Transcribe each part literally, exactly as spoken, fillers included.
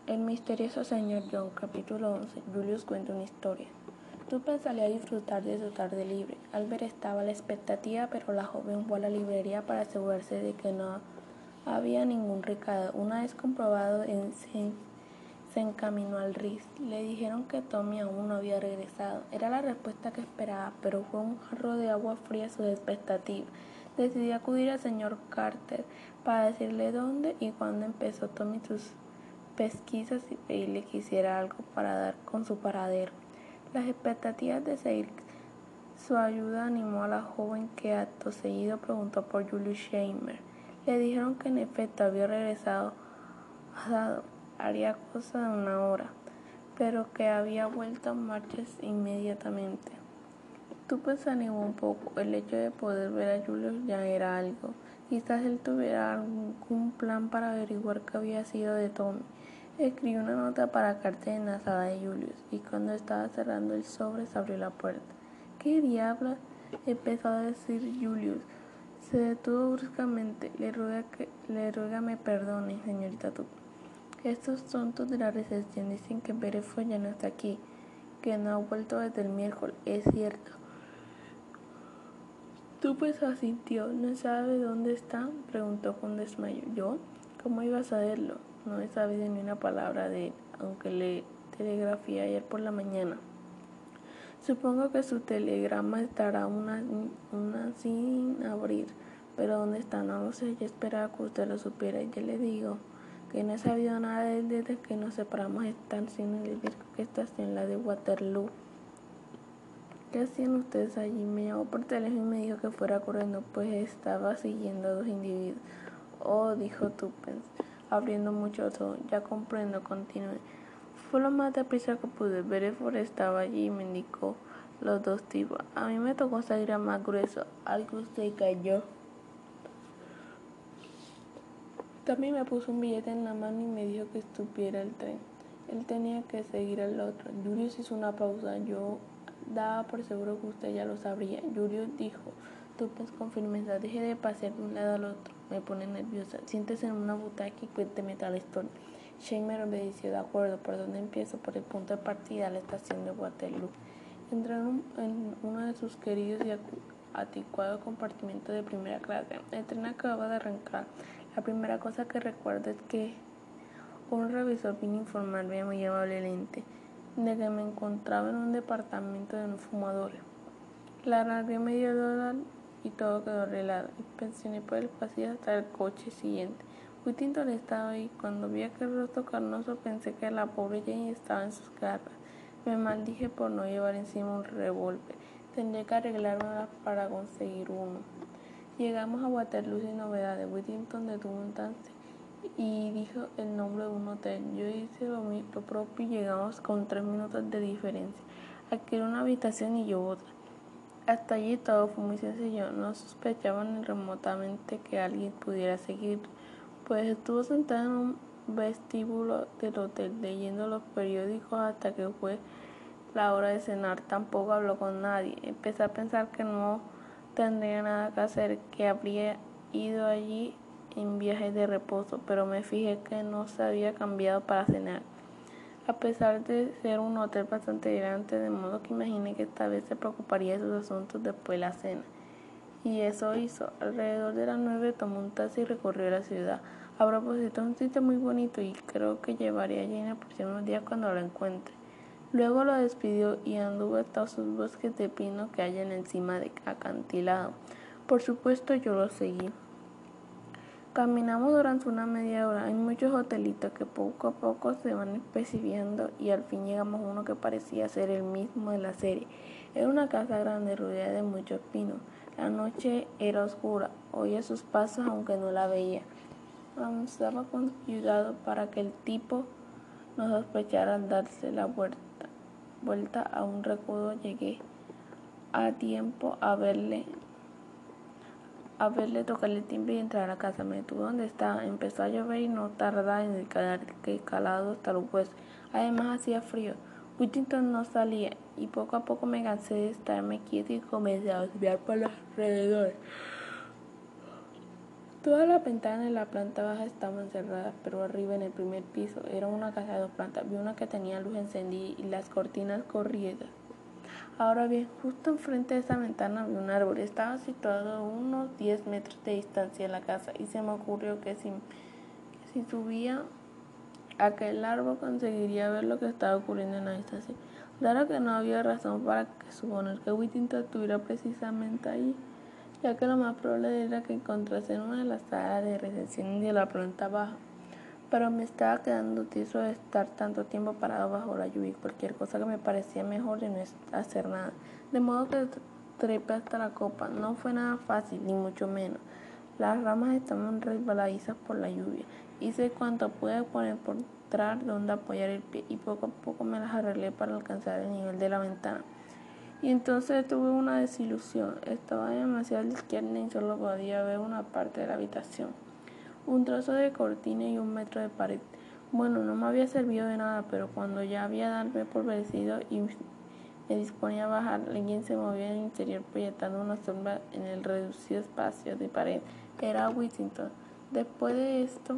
El misterioso señor John, capítulo once. Julius cuenta una historia. Tuppen salía a disfrutar de su tarde libre. Albert estaba a la expectativa, pero la joven fue a la librería para asegurarse de que no había ningún recado. Una vez comprobado, en, se, se encaminó al Ritz. Le dijeron que Tommy aún no había regresado. Era la respuesta que esperaba, pero fue un jarro de agua fría sus expectativas. Decidió acudir al señor Carter para decirle dónde y cuándo empezó Tommy sus pesquisas y pedirle que hiciera algo para dar con su paradero. Las expectativas de seguir su ayuda animó a la joven, que acto seguido preguntó por Julius Scheimer. Le dijeron que en efecto había regresado haría cosa de una hora, pero que había vuelto a marchas inmediatamente. Tuppen se animó un poco. El hecho de poder ver a Julius ya era algo. Quizás él tuviera algún plan para averiguar qué había sido de Tommy. Escribió una nota para Carter en la sala de Julius, y cuando estaba cerrando el sobre se abrió la puerta. ¿Qué diablos? Empezó a decir Julius. Se detuvo bruscamente. Le ruega que le ruega me perdone, señorita Tuppen. Estos tontos de la recepción dicen que Beresford ya no está aquí, que no ha vuelto desde el miércoles. Es cierto. Tuppen asintió. ¿No sabe dónde está?, preguntó con desmayo. ¿Yo? ¿Cómo iba a saberlo? No he sabido ni una palabra de él, aunque le telegrafié ayer por la mañana. Supongo que su telegrama estará una, una sin abrir, pero ¿dónde está? No lo sé. Yo esperaba que usted lo supiera. Y ya le digo que no he sabido nada de él desde que nos separamos. Están sin el barco que está en la de Waterloo. ¿Qué hacían ustedes allí? Me llamó por teléfono y me dijo que fuera corriendo, pues estaba siguiendo a dos individuos. Oh, dijo Tuppen, abriendo mucho los ojos. Ya comprendo, continué. Fue lo más deprisa que pude. Beresford estaba allí y me indicó los dos tipos. A mí me tocó salir a más grueso. Algo se cayó. También me puso un billete en la mano y me dijo que estuviera el tren. Él tenía que seguir al otro. Julius hizo una pausa. Yo daba por seguro que usted ya lo sabría. Julius dijo Tuppen con firmeza. Deje de pasear de un lado al otro. Me pone nerviosa. Siéntese en una butaca y cuénteme tal historia. Scheimer obedeció. De acuerdo. ¿Por dónde empiezo? Por el punto de partida, la estación de Waterloo. Entré en, un, en uno de sus queridos y anticuados compartimentos de primera clase. El tren acababa de arrancar. La primera cosa que recuerdo es que un revisor vino a informarme muy amablemente de que me encontraba en un departamento de no fumadores. Le alargué medio dólar y todo quedó arreglado, y pensioné por el pasillo hasta el coche siguiente. Whittington estaba ahí. Cuando vi aquel rostro carnoso pensé que la pobre Jane estaba en sus garras. Me maldije por no llevar encima un revólver. Tendría que arreglármela para conseguir uno. Llegamos a Waterloo sin novedades. Whittington detuvo un taxi y dijo el nombre de un hotel. Yo hice lo, lo propio y llegamos con tres minutos de diferencia. Alquilé una habitación y yo otra. Hasta allí todo fue muy sencillo. No sospechaba ni remotamente que alguien pudiera seguir, pues estuvo sentado en un vestíbulo del hotel leyendo los periódicos hasta que fue la hora de cenar. Tampoco habló con nadie. Empecé a pensar que no tendría nada que hacer, que habría ido allí en viaje de reposo, pero me fijé que no se había cambiado para cenar, a pesar de ser un hotel bastante grande, de modo que imaginé que esta vez se preocuparía de sus asuntos después de la cena. Y eso hizo. Alrededor de las nueve tomó un taxi y recorrió la ciudad. A propósito, es un sitio muy bonito y creo que llevaré allí en los próximos días cuando lo encuentre. Luego lo despidió y anduvo hasta sus bosques de pino que hay en encima del acantilado. Por supuesto, yo lo seguí. Caminamos durante una media hora. Hay muchos hotelitos que poco a poco se van especificando y al fin llegamos a uno que parecía ser el mismo de la serie. Era una casa grande rodeada de muchos pinos. La noche era oscura. Oía sus pasos aunque no la veía. Avanzaba con cuidado para que el tipo no sospechara al darse la vuelta. Vuelta a un recodo. Llegué a tiempo a verle a verle tocar el timbre y entrar a la casa. Me detuve donde estaba. Empezó a llover y no tardaba en quedar calado hasta los huesos. Además hacía frío. Whittington no salía y poco a poco me cansé de estarme quieto y comencé a espiar por los alrededores. Todas las ventanas en la planta baja estaban cerradas, pero arriba en el primer piso era una casa de dos plantas. Vi una que tenía luz encendida y las cortinas corridas. Ahora bien, justo enfrente de esa ventana había un árbol. Estaba situado a unos diez metros de distancia de la casa y se me ocurrió que si, que si subía a aquel árbol conseguiría ver lo que estaba ocurriendo en la distancia. Claro que no había razón para suponer que Whittington estuviera precisamente allí, ya que lo más probable era que encontrase en una de las salas de recepción de la planta baja. Pero me estaba quedando tieso de estar tanto tiempo parado bajo la lluvia y cualquier cosa que me parecía mejor de no hacer nada. De modo que trepé hasta la copa. No fue nada fácil, ni mucho menos. Las ramas estaban resbaladizas por la lluvia. Hice cuanto pude por encontrar donde apoyar el pie y poco a poco me las arreglé para alcanzar el nivel de la ventana. Y entonces tuve una desilusión. Estaba demasiado a la izquierda y solo podía ver una parte de la habitación. Un trozo de cortina y un metro de pared. Bueno, no me había servido de nada, pero cuando ya había darme por vencido y me disponía a bajar, alguien se movía en el interior proyectando una sombra en el reducido espacio de pared. Era Whittington. Después de esto,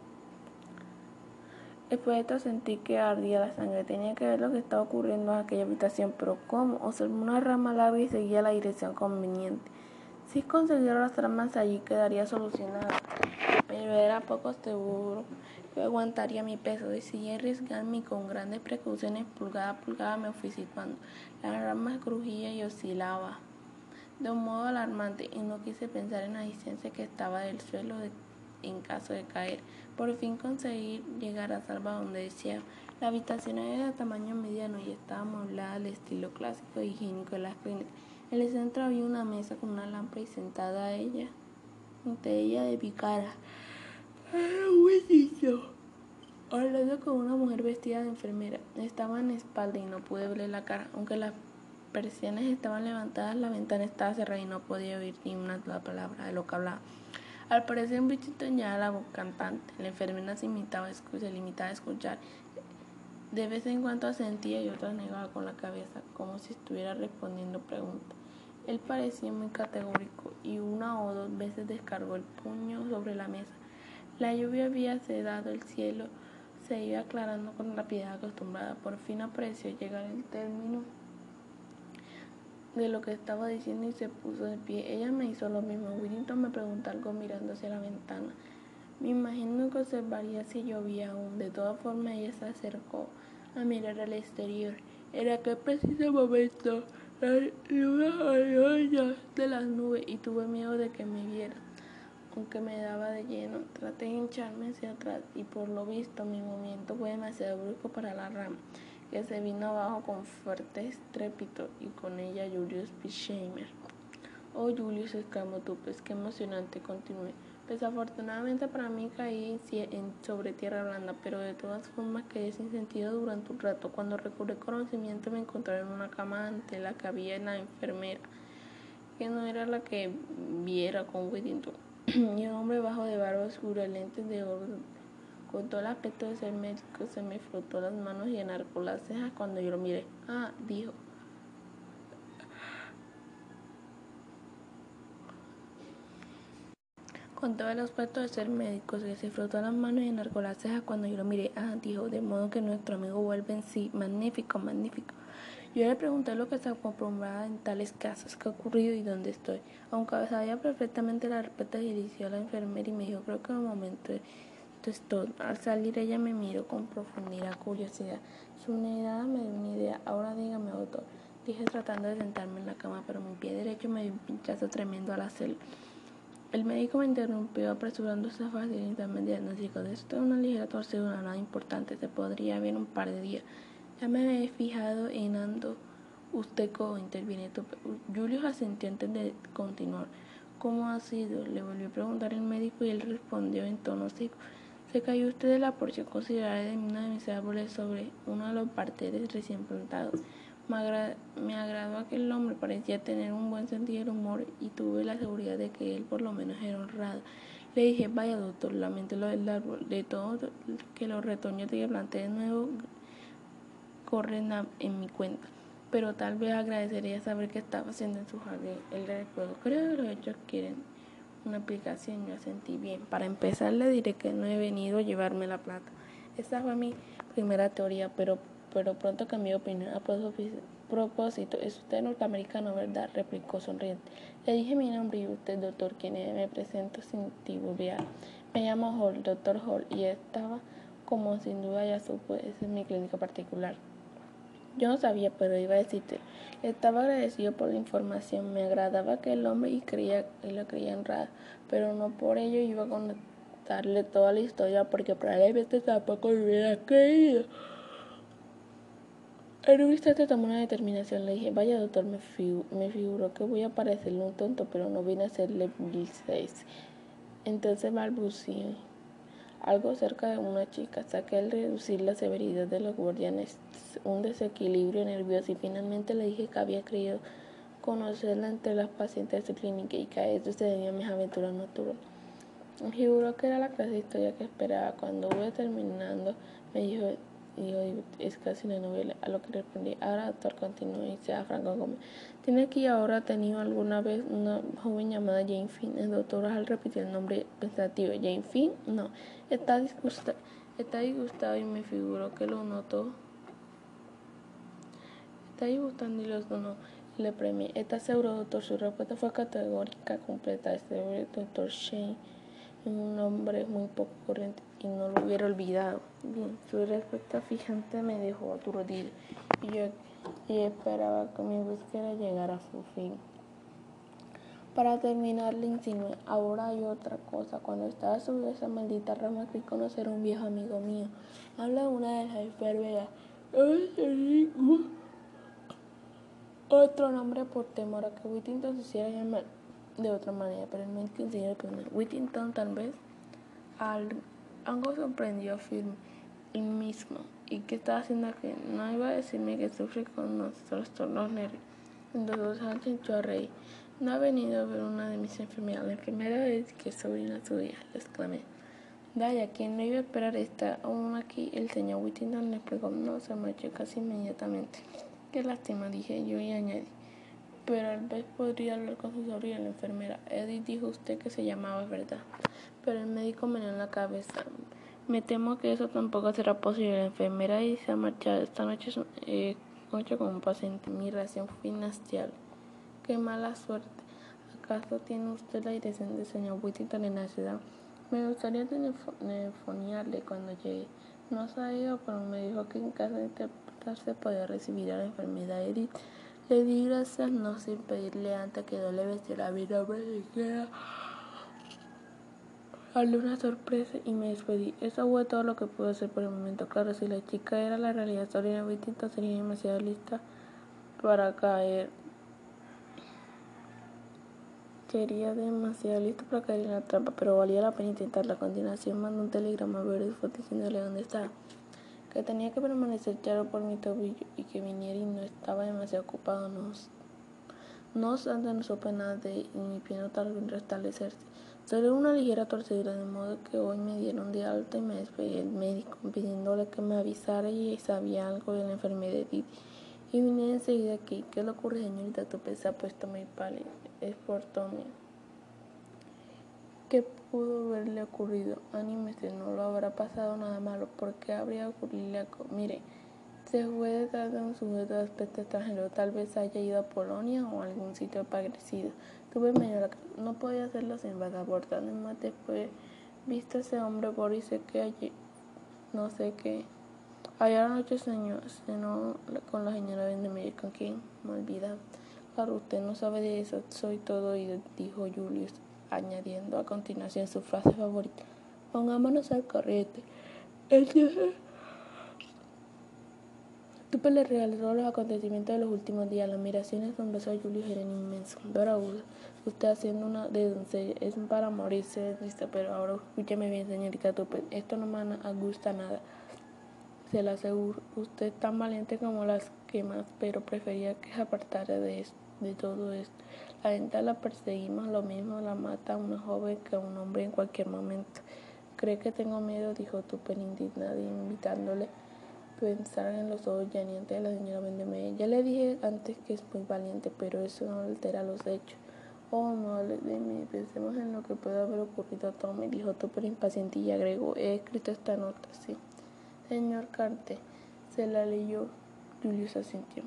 después de esto sentí que ardía la sangre. Tenía que ver lo que estaba ocurriendo en aquella habitación, pero ¿cómo? Observé una rama larga y seguía la dirección conveniente. Si conseguía las ramas allí quedaría solucionado, pero era poco seguro que aguantaría mi peso. Decidí arriesgarme y con grandes precauciones, pulgada a pulgada, me fui situando. Las ramas crujían y oscilaban de un modo alarmante y no quise pensar en la distancia que estaba del suelo de, en caso de caer. Por fin conseguí llegar a salvo donde deseaba. La habitación era de tamaño mediano y estaba amueblada al estilo clásico e higiénico de las clínicas. En el centro había una mesa con una lámpara y sentada a ella, ante ella de mi cara, era un buenillo, hablando con una mujer vestida de enfermera. Estaba en espalda y no pude verle la cara. Aunque las persianas estaban levantadas, la ventana estaba cerrada y no podía oír ni una sola palabra de lo que hablaba. Al parecer, Whittington ya era la voz cantante. La enfermera se, imitaba, se limitaba a escuchar. De vez en cuando asentía y otras negaba con la cabeza, como si estuviera respondiendo preguntas. Él parecía muy categórico y una o dos veces descargó el puño sobre la mesa. La lluvia había sedado el cielo, se iba aclarando con rapidez acostumbrada. Por fin apareció llegar el término de lo que estaba diciendo y se puso de pie. Ella me hizo lo mismo. Whittington me preguntó algo mirando hacia la ventana. Me imagino que observaría si llovía aún. De todas formas, ella se acercó a mirar al exterior. En aquel preciso momento, la lluvia salió ya de las nubes y tuve miedo de que me viera. Aunque me daba de lleno, traté de hincharme hacia atrás y por lo visto mi movimiento fue demasiado brusco para la rama, que se vino abajo con fuerte estrépito y con ella Julius Schleicher. Oh, Julius, exclamó Tupes, qué emocionante, continué. Desafortunadamente para mí caí en sobre tierra blanda, pero de todas formas quedé sin sentido durante un rato. Cuando recobré conocimiento me encontré en una cama ante la que había la enfermera, que no era la que viera con Whittington, y un hombre bajo de barba oscura, lentes de oro, con todo el aspecto de ser médico. Se me frotó las manos y enarcó las cejas cuando yo lo miré. Ah, dijo. Con todo el aspecto de ser médico, que se frotó las manos y enarcó las cejas cuando yo lo miré. Ah, dijo, de modo que nuestro amigo vuelve en sí. Magnífico, magnífico. Yo le pregunté lo que se acostumbraba en tales casos, qué ha ocurrido y dónde estoy. Aunque sabía perfectamente la respuesta, dirigió a la enfermera y me dijo, creo que en un momento esto es todo. Al salir ella me miró con profunda curiosidad. Su mirada me dio una idea. Ahora dígame, doctor, dije tratando de sentarme en la cama, pero mi pie derecho me dio un pinchazo tremendo al hacerlo. El médico me interrumpió apresurándose a facilitarme el diagnóstico. Esto es una ligera torcedura, nada importante, se podría ver un par de días. Ya me he fijado en ando usted co interviene. Julius asintió antes de continuar. ¿Cómo ha sido? Le volvió a preguntar el médico y él respondió en tono seco. Se cayó usted de la porción considerable de uno de mis árboles sobre uno de los parterres recién plantados. Me, agra me agradó aquel hombre, parecía tener un buen sentido del humor y tuve la seguridad de que él por lo menos era honrado. Le dije, vaya doctor, lamento lo del árbol, de todo que los retoños que planté de nuevo corren a, en mi cuenta, pero tal vez agradecería saber qué estaba haciendo en su jardín. Él le respondió, creo que los hechos quieren una aplicación, yo sentí bien. Para empezar, le diré que no he venido a llevarme la plata. Esa fue mi primera teoría, pero, pero pronto cambié de opinión. A propósito, es usted norteamericano, ¿verdad?, replicó sonriente. Le dije mi nombre y usted, doctor, quien es. Me presento sin tiburear. Me llamo Hall, doctor Hall, y estaba, como sin duda ya supo, esa es mi clínica particular. Yo no sabía, pero iba a decirte. Estaba agradecido por la información. Me agradaba aquel hombre y creía y lo creía honrado, pero no por ello iba a contarle toda la historia, porque probablemente tampoco me hubiera creído. En un instante tomé una determinación. Le dije, vaya doctor, me, figu me figuró que voy a parecerle un tonto, pero no vine a hacerle mil seis. Entonces balbuceé algo cerca de una chica, hasta que al reducir la severidad de los guardianes, un desequilibrio nervioso, y finalmente le dije que había creído conocerla entre las pacientes de su clínica y que a esto se debían mis aventuras nocturnas. Me figuró que era la clase de historia que esperaba. Cuando hube terminando, me dijo, dijo, es casi una novela. A lo que respondí, ahora doctor, continuó y sea franco conmigo. ¿Tiene aquí ahora tenido alguna vez una joven llamada Jane Finn? El doctor Hall repitió el nombre pensativo. ¿Jane Finn? No. Está disgustado, está disgustado y me figuró que lo notó. Está disgustando y los donó. Y le premié. ¿Estás seguro, doctor? Su respuesta fue categórica, completa. Este doctor Shane es un hombre muy poco corriente y no lo hubiera olvidado. Bien, su respuesta fijante me dejó aturdido y yo y esperaba que mi búsqueda llegara a su fin. Para terminar, le insinué, ahora hay otra cosa. Cuando estaba sobre esa maldita rama, creí conocer a un viejo amigo mío. Habla de una de las enfermeras. Otro nombre por temor a que Whittington se hiciera llamar de otra manera, pero el médico enseguida respondió, Whittington tal vez. Al, algo sorprendió a Phil el mismo. ¿Y qué estaba haciendo aquí? No iba a decirme que sufre con los trastornos nervios. Entonces Sánchez echó a reír. No ha venido a ver una de mis enfermedades. La enfermera vez que es sobrina suya, le exclamé. Vaya, ¿quién no iba a esperar? ¿Está aún aquí? El señor Whittington le explicó. No, se marchó casi inmediatamente. Qué lástima, dije yo y añadí. Pero tal vez podría hablar con su sobrina, la enfermera. Edith dijo usted que se llamaba, ¿verdad? Pero el médico me dio en la cabeza. Me temo que eso tampoco será posible. La enfermera Edith se ha marchado esta noche, eh, noche con un paciente. Mi ración financiera. Qué mala suerte. ¿Acaso tiene usted la dirección del señor Whittington en la ciudad? Me gustaría telefonearle cuando llegue. No se ha ido, pero me dijo que en caso de interpretarse podía recibir a la enfermedad Edith. Le di gracias, no sin pedirle antes que no le bestiara mi nombre siquiera. Hablé una sorpresa y me despedí. Eso fue todo lo que pude hacer por el momento. Claro, si la chica era la realidad, Sabrina Whittington sería demasiado lista para caer. Sería demasiado listo para caer en la trampa, pero valía la pena intentarlo. A continuación mandó un telegrama a Beresford diciéndole dónde estaba, que tenía que permanecer echado por mi tobillo y que viniera y no estaba demasiado ocupado. No, no obstante, no supe nada de él y mi pie no tardó en restablecerse. Solo una ligera torcedura, de modo que hoy me dieron de alta y me despedí del médico, pidiéndole que me avisara y sabía algo de la enfermedad de Edith. Y vine enseguida aquí. ¿Qué le ocurre, señorita? Tu pie se ha puesto muy pálido. Es por Tommy. ¿Qué pudo haberle ocurrido? Anímese, no lo habrá pasado nada malo. ¿Por qué habría ocurrirle algo? Mire, se fue detrás de un sujeto de aspecto extranjero. Tal vez haya ido a Polonia o a algún sitio parecido. Tuve medio la cara. No podía hacerlo sin pasaporte. Además, después visto ese hombre por y sé que allí, no sé qué. Ayer anoche señor, cenó con la señora Vandermeer, con quien me olvidaba. Claro, usted no sabe de eso, soy todo oído, dijo Julius, añadiendo a continuación su frase favorita. Pongámonos al corriente. Tupe le realizó los acontecimientos de los últimos días. Las admiraciones de un beso a Julius eran inmensas. Dora, usted haciendo una de doncella es para morirse de triste, pero ahora escúcheme bien, señorita Tupe, esto no me gusta nada. Se lo aseguro, usted es tan valiente como las que más, pero prefería que se apartara de, de todo esto. La gente la perseguimos, lo mismo la mata a una joven que a un hombre en cualquier momento. ¿Cree que tengo miedo? Dijo Tupper indignada, invitándole a pensar en los ojos llanientes de la señora Vandermeer. Ya le dije antes que es muy valiente, pero eso no altera los hechos. Oh, no hables de mí, pensemos en lo que puede haber ocurrido, Tommy, dijo Tupper impaciente y agregó, he escrito esta nota, sí. Señor Carter, se la leyó. Julius asintió.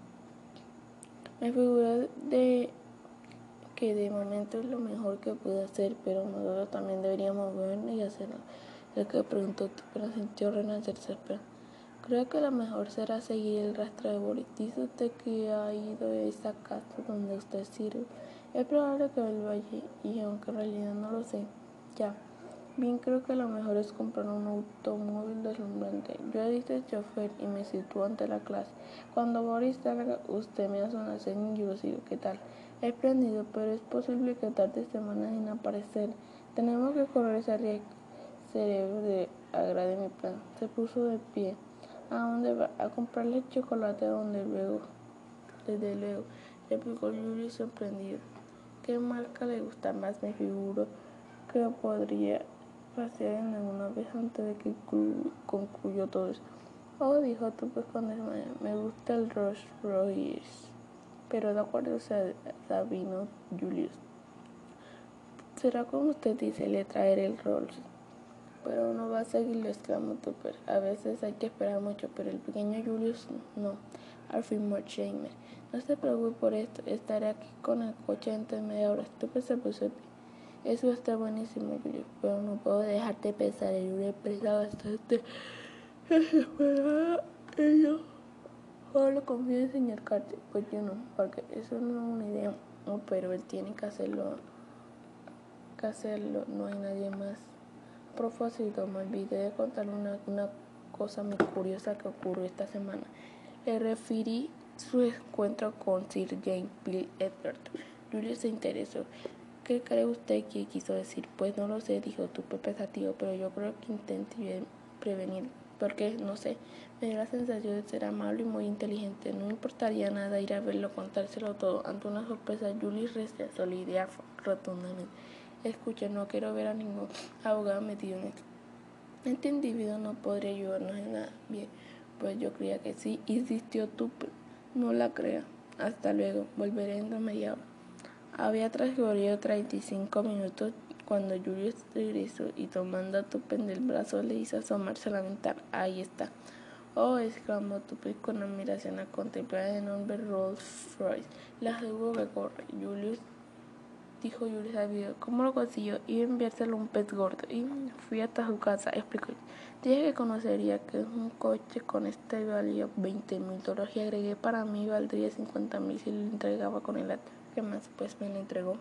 Me figura de que de momento es lo mejor que pude hacer, pero nosotros también deberíamos vernos y hacerlo. El que preguntó Tupper asintió renacerse, pero creo que lo mejor será seguir el rastro de Boris. Dice usted que ha ido a esa casa donde usted sirve. Es probable que vuelva allí, y aunque en realidad no lo sé, ya. Bien, creo que lo mejor es comprar un automóvil deslumbrante. Yo he visto el chofer y me sitúo ante la clase. Cuando Boris salga, usted me hace una seña y yo lo sigo. ¿Qué tal? Espléndido, pero es posible que tarde semanas sin aparecer. Tenemos que correr ese riesgo. Cerebro de agrade mi plan. Se puso de pie. ¿A dónde va? A comprarle chocolate donde luego. Desde luego, replicó Julius sorprendido. ¿Qué marca le gusta más? Me figuro que podría pasear en alguna vez antes de que concluyó todo eso. Oh, dijo Tupper con desmayo, me gusta el Rolls Royce. Pero de acuerdo, Sabino Julius. Será como usted dice, le traeré el Rolls. Pero no va a seguirlo, exclamó Tupper. A veces hay que esperar mucho, pero el pequeño Julius no. Afirmó James. No se preocupe por esto, estaré aquí con el coche dentro de media hora. Tupper se puso de pie. Eso está buenísimo, Julius, pero no puedo dejarte pensar en una empresa bastante desesperada y yo solo confío en el señor Carter. Pues yo no, porque eso no es una idea. No, pero él tiene que hacerlo, que hacerlo, no hay nadie más. A propósito, me olvidé de contarle una, una cosa muy curiosa que ocurrió esta semana. Le referí su encuentro con Sir James Bill Edward. Julius se interesó. ¿Qué cree usted que quiso decir? Pues no lo sé, dijo Tupper pensativo, pero yo creo que intenté prevenir, porque, no sé, me dio la sensación de ser amable y muy inteligente. No me importaría nada ir a verlo, contárselo todo. Ante una sorpresa, Julius rechazó la idea rotundamente. Escucha, no quiero ver a ningún abogado metido en esto. Este individuo no podría ayudarnos en nada. Bien, pues yo creía que sí, insistió Tupper. No la crea. Hasta luego, volveré dentro de media hora. Había transcurrido treinta y cinco minutos cuando Julius regresó y tomando a Tupper del brazo le hizo asomarse a la ventana. Ahí está. Oh, exclamó Tupper con admiración a contemplar el enorme Rolls Royce. Le aseguro que corre. Julius dijo Julius al video. ¿Cómo lo consiguió? Iba a enviárselo un pez gordo y fui hasta su casa, explicó. Dije que conocería que es un coche con este valía veinte mil dólares y agregué para mí valdría cincuenta mil si lo entregaba con el acto. ¿Qué más? Pues me lo entregó.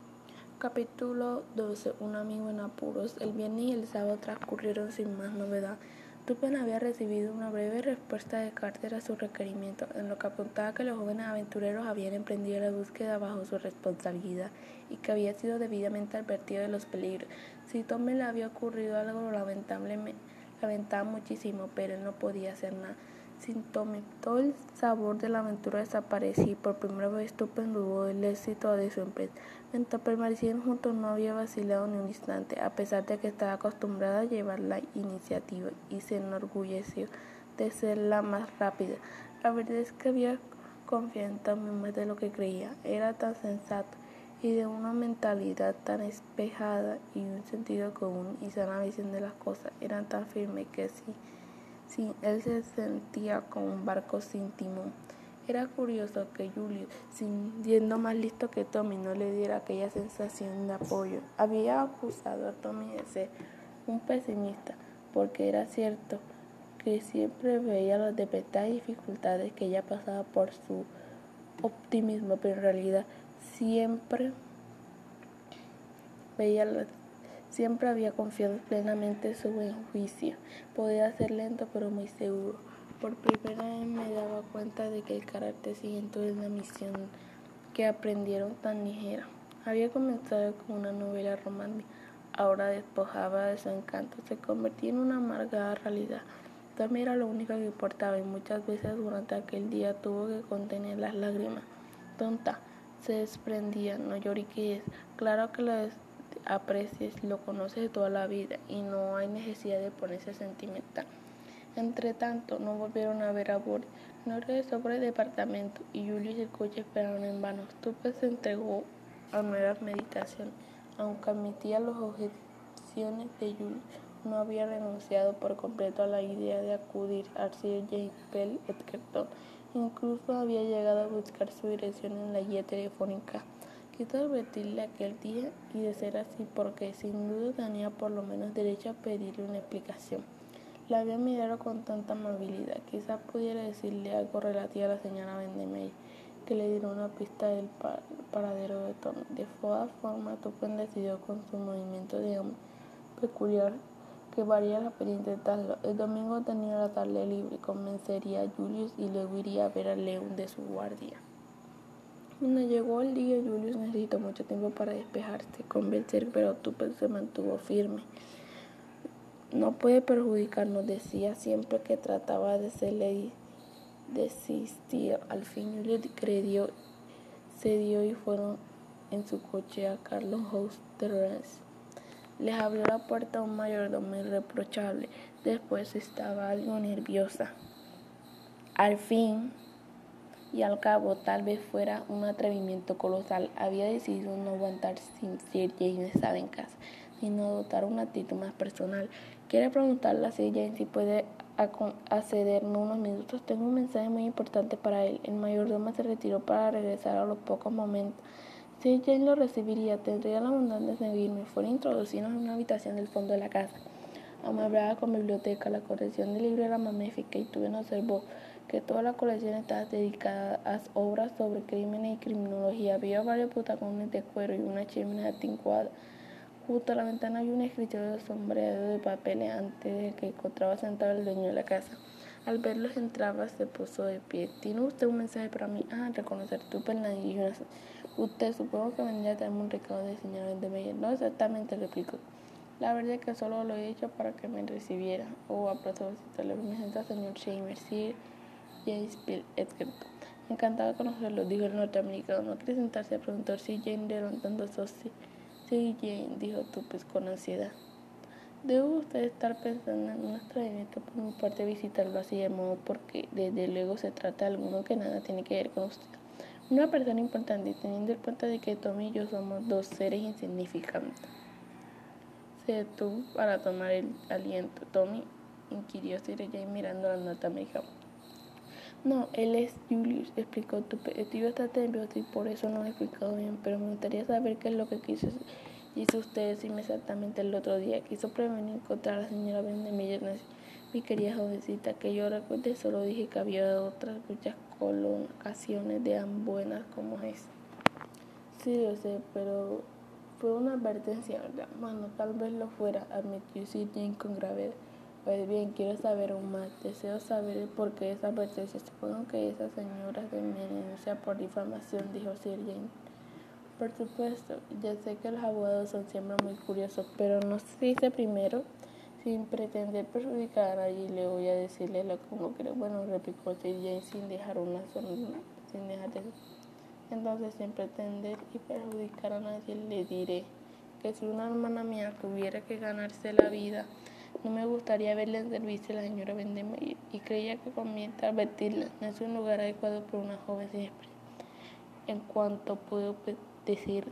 Capítulo doce. Un amigo en apuros. El viernes y el sábado transcurrieron sin más novedad. Tupper había recibido una breve respuesta de Carter a su requerimiento, en lo que apuntaba que los jóvenes aventureros habían emprendido la búsqueda bajo su responsabilidad y que había sido debidamente advertido de los peligros. Si Tommy le había ocurrido algo, lo lamentable, lamentaba muchísimo, pero él no podía hacer nada. Sin Tommy, todo el sabor de la aventura desaparecía y por primera vez Tupper dudó del éxito de su empresa. Mientras permanecieron juntos no había vacilado ni un instante, a pesar de que estaba acostumbrada a llevar la iniciativa y se enorgulleció de ser la más rápida. La verdad es que había confiado en Tommy más de lo que creía. Era tan sensato y de una mentalidad tan despejada y un sentido común y sana visión de las cosas. Eran tan firmes que sí, sí, él se sentía como un barco sin timón. Era curioso que Julius, siendo más listo que Tommy, no le diera aquella sensación de apoyo. Había acusado a Tommy de ser un pesimista, porque era cierto que siempre veía las desventajas y dificultades que ella pasaba por su optimismo, pero en realidad siempre veía las Siempre había confiado plenamente en su buen juicio. Podía ser lento, pero muy seguro. Por primera vez me daba cuenta de que el carácter siguiente de la misión que aprendieron tan ligera. Había comenzado con una novela romántica, ahora despojaba de su encanto, se convertía en una amargada realidad. También era lo único que importaba y muchas veces durante aquel día tuvo que contener las lágrimas. Tonta, se desprendía, no lloriquees. Claro que lo aprecies, lo conoces de toda la vida y no hay necesidad de ponerse sentimental. Entre tanto, no volvieron a ver a Boris. No regresó por el departamento y Julius y el coche esperaron en vano. Tupper se entregó a nuevas meditaciones. Aunque admitía las objeciones de Julius, no había renunciado por completo a la idea de acudir a Sir James Bell Edgerton. Incluso había llegado a buscar su dirección en la guía telefónica. Quiso advertirle aquel día, y de ser así, porque sin duda tenía por lo menos derecho a pedirle una explicación. La había mirado con tanta amabilidad. Quizás pudiera decirle algo relativo a la señora Bendemeyer, que le diera una pista del paradero de Tommy. De todas formas, Tuppen decidió con su movimiento de hombre peculiar que valía la pena intentarlo. El domingo tenía la tarde libre, convencería a Julius y luego iría a ver al león de su guardia. Cuando llegó el día, Julius necesitó mucho tiempo para despejarse, convencer, pero Tuppen se mantuvo firme. No puede perjudicarnos, decía siempre que trataba de hacerle desistir. Al fin Julius creyó, cedió y fueron en su coche a Carlton House Terrace. Les abrió la puerta a un mayordomo irreprochable. Después estaba algo nerviosa. Al fin y al cabo, tal vez fuera un atrevimiento colosal, había decidido no aguantar sin Sir James estaba en casa, sino adoptar una actitud más personal. Quiere preguntarle a Sir James si puede accederme unos minutos. Tengo un mensaje muy importante para él. El mayordomo se retiró para regresar a los pocos momentos. Sir James lo recibiría, tendría la bondad de seguirme. Fueron introducidos en una habitación del fondo de la casa, amueblada con biblioteca. La colección de libros era magnífica y Tuppen observó que toda la colección estaba dedicada a obras sobre crímenes y criminología. Había varios botacones de cuero y una chimenea tincuada. Junto a la ventana había un escritorio sombreado de papeles antes de que encontraba sentado el dueño de la casa. Al verlos entraba, se puso de pie. ¿Tiene usted un mensaje para mí? Ah, reconocer Tuppen la dirigió. Usted, supongo que vendría a traerme un recado de señora Bendemeyer. No exactamente, replicó. La verdad es que solo lo he hecho para que me recibiera. Oh, a propósito, le presento al señor Chambers, Sir James Bell Edgerton. Encantado de conocerlo, dijo el norteamericano. ¿No quiere sentarse? Preguntó Sir James, levantando su sí. Sir James, dijo Tuppen con ansiedad. Debe usted estar pensando en un atrevimiento por mi parte visitarlo así de modo, porque desde luego se trata de alguno que nada tiene que ver con usted. Una persona importante, y teniendo en cuenta de que Tommy y yo somos dos seres insignificantes. Se detuvo para tomar el aliento. Tommy, inquirió Sir James mirando al norteamericano. No, él es Julius, explicó Tuppen. Estoy bastante nervioso y por eso no lo he explicado bien, pero me gustaría saber qué es lo que quiso hizo usted decirme exactamente el otro día. Quiso prevenir contra la señora Bendemeyer, mi querida jovencita, que yo recuerde, solo dije que había otras muchas ocasiones de tan buenas como esa. Sí, yo sé, pero fue una advertencia, ¿verdad? Bueno, tal vez lo fuera, admitió Sir James con gravedad. Pues bien, quiero saber aún más. Deseo saber el porqué de esa advertencia. Supongo que esa señora se me denuncia por difamación, dijo Sir James. Por supuesto, ya sé que los abogados son siempre muy curiosos, pero no se dice primero sin pretender perjudicar a nadie. Le voy a decirle lo que uno cree. Bueno, replicó Sir James sin dejar una sonrisa, sin dejar de Entonces, sin pretender y perjudicar a nadie, le diré que si una hermana mía tuviera que ganarse la vida, no me gustaría verla en servicio a la señora Bendemeyer, y creía que conviene advertirla. No es un lugar adecuado para una joven sin experiencia. En cuanto puedo decir,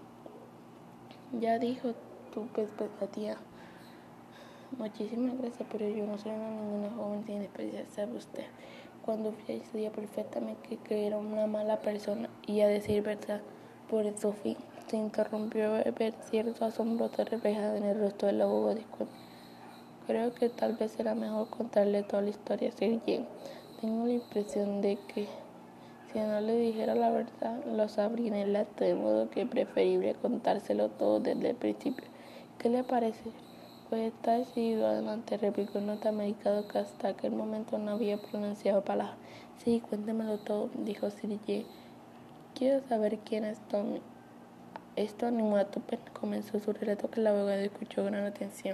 ya dijo tu expectativa. Muchísimas gracias, pero yo no soy una ninguna joven sin experiencia, sabe usted. Cuando fui ahí sabía perfectamente que era una mala persona, y a decir verdad, por eso fin, se interrumpió a ver cierto asombro reflejado en el rostro del abogado. Disculpe. Creo que tal vez será mejor contarle toda la historia a Sir James. Tengo la impresión de que si no le dijera la verdad, lo sabría en el acto, de modo que es preferible contárselo todo desde el principio. ¿Qué le parece? Pues está decidido, adelante, replicó el norteamericano, que hasta aquel momento no había pronunciado palabras. Sí, cuéntemelo todo, dijo Sir James. Quiero saber quién es Tommy. Esto animó a Tuppen. Comenzó su relato, que el abogado escuchó con gran atención.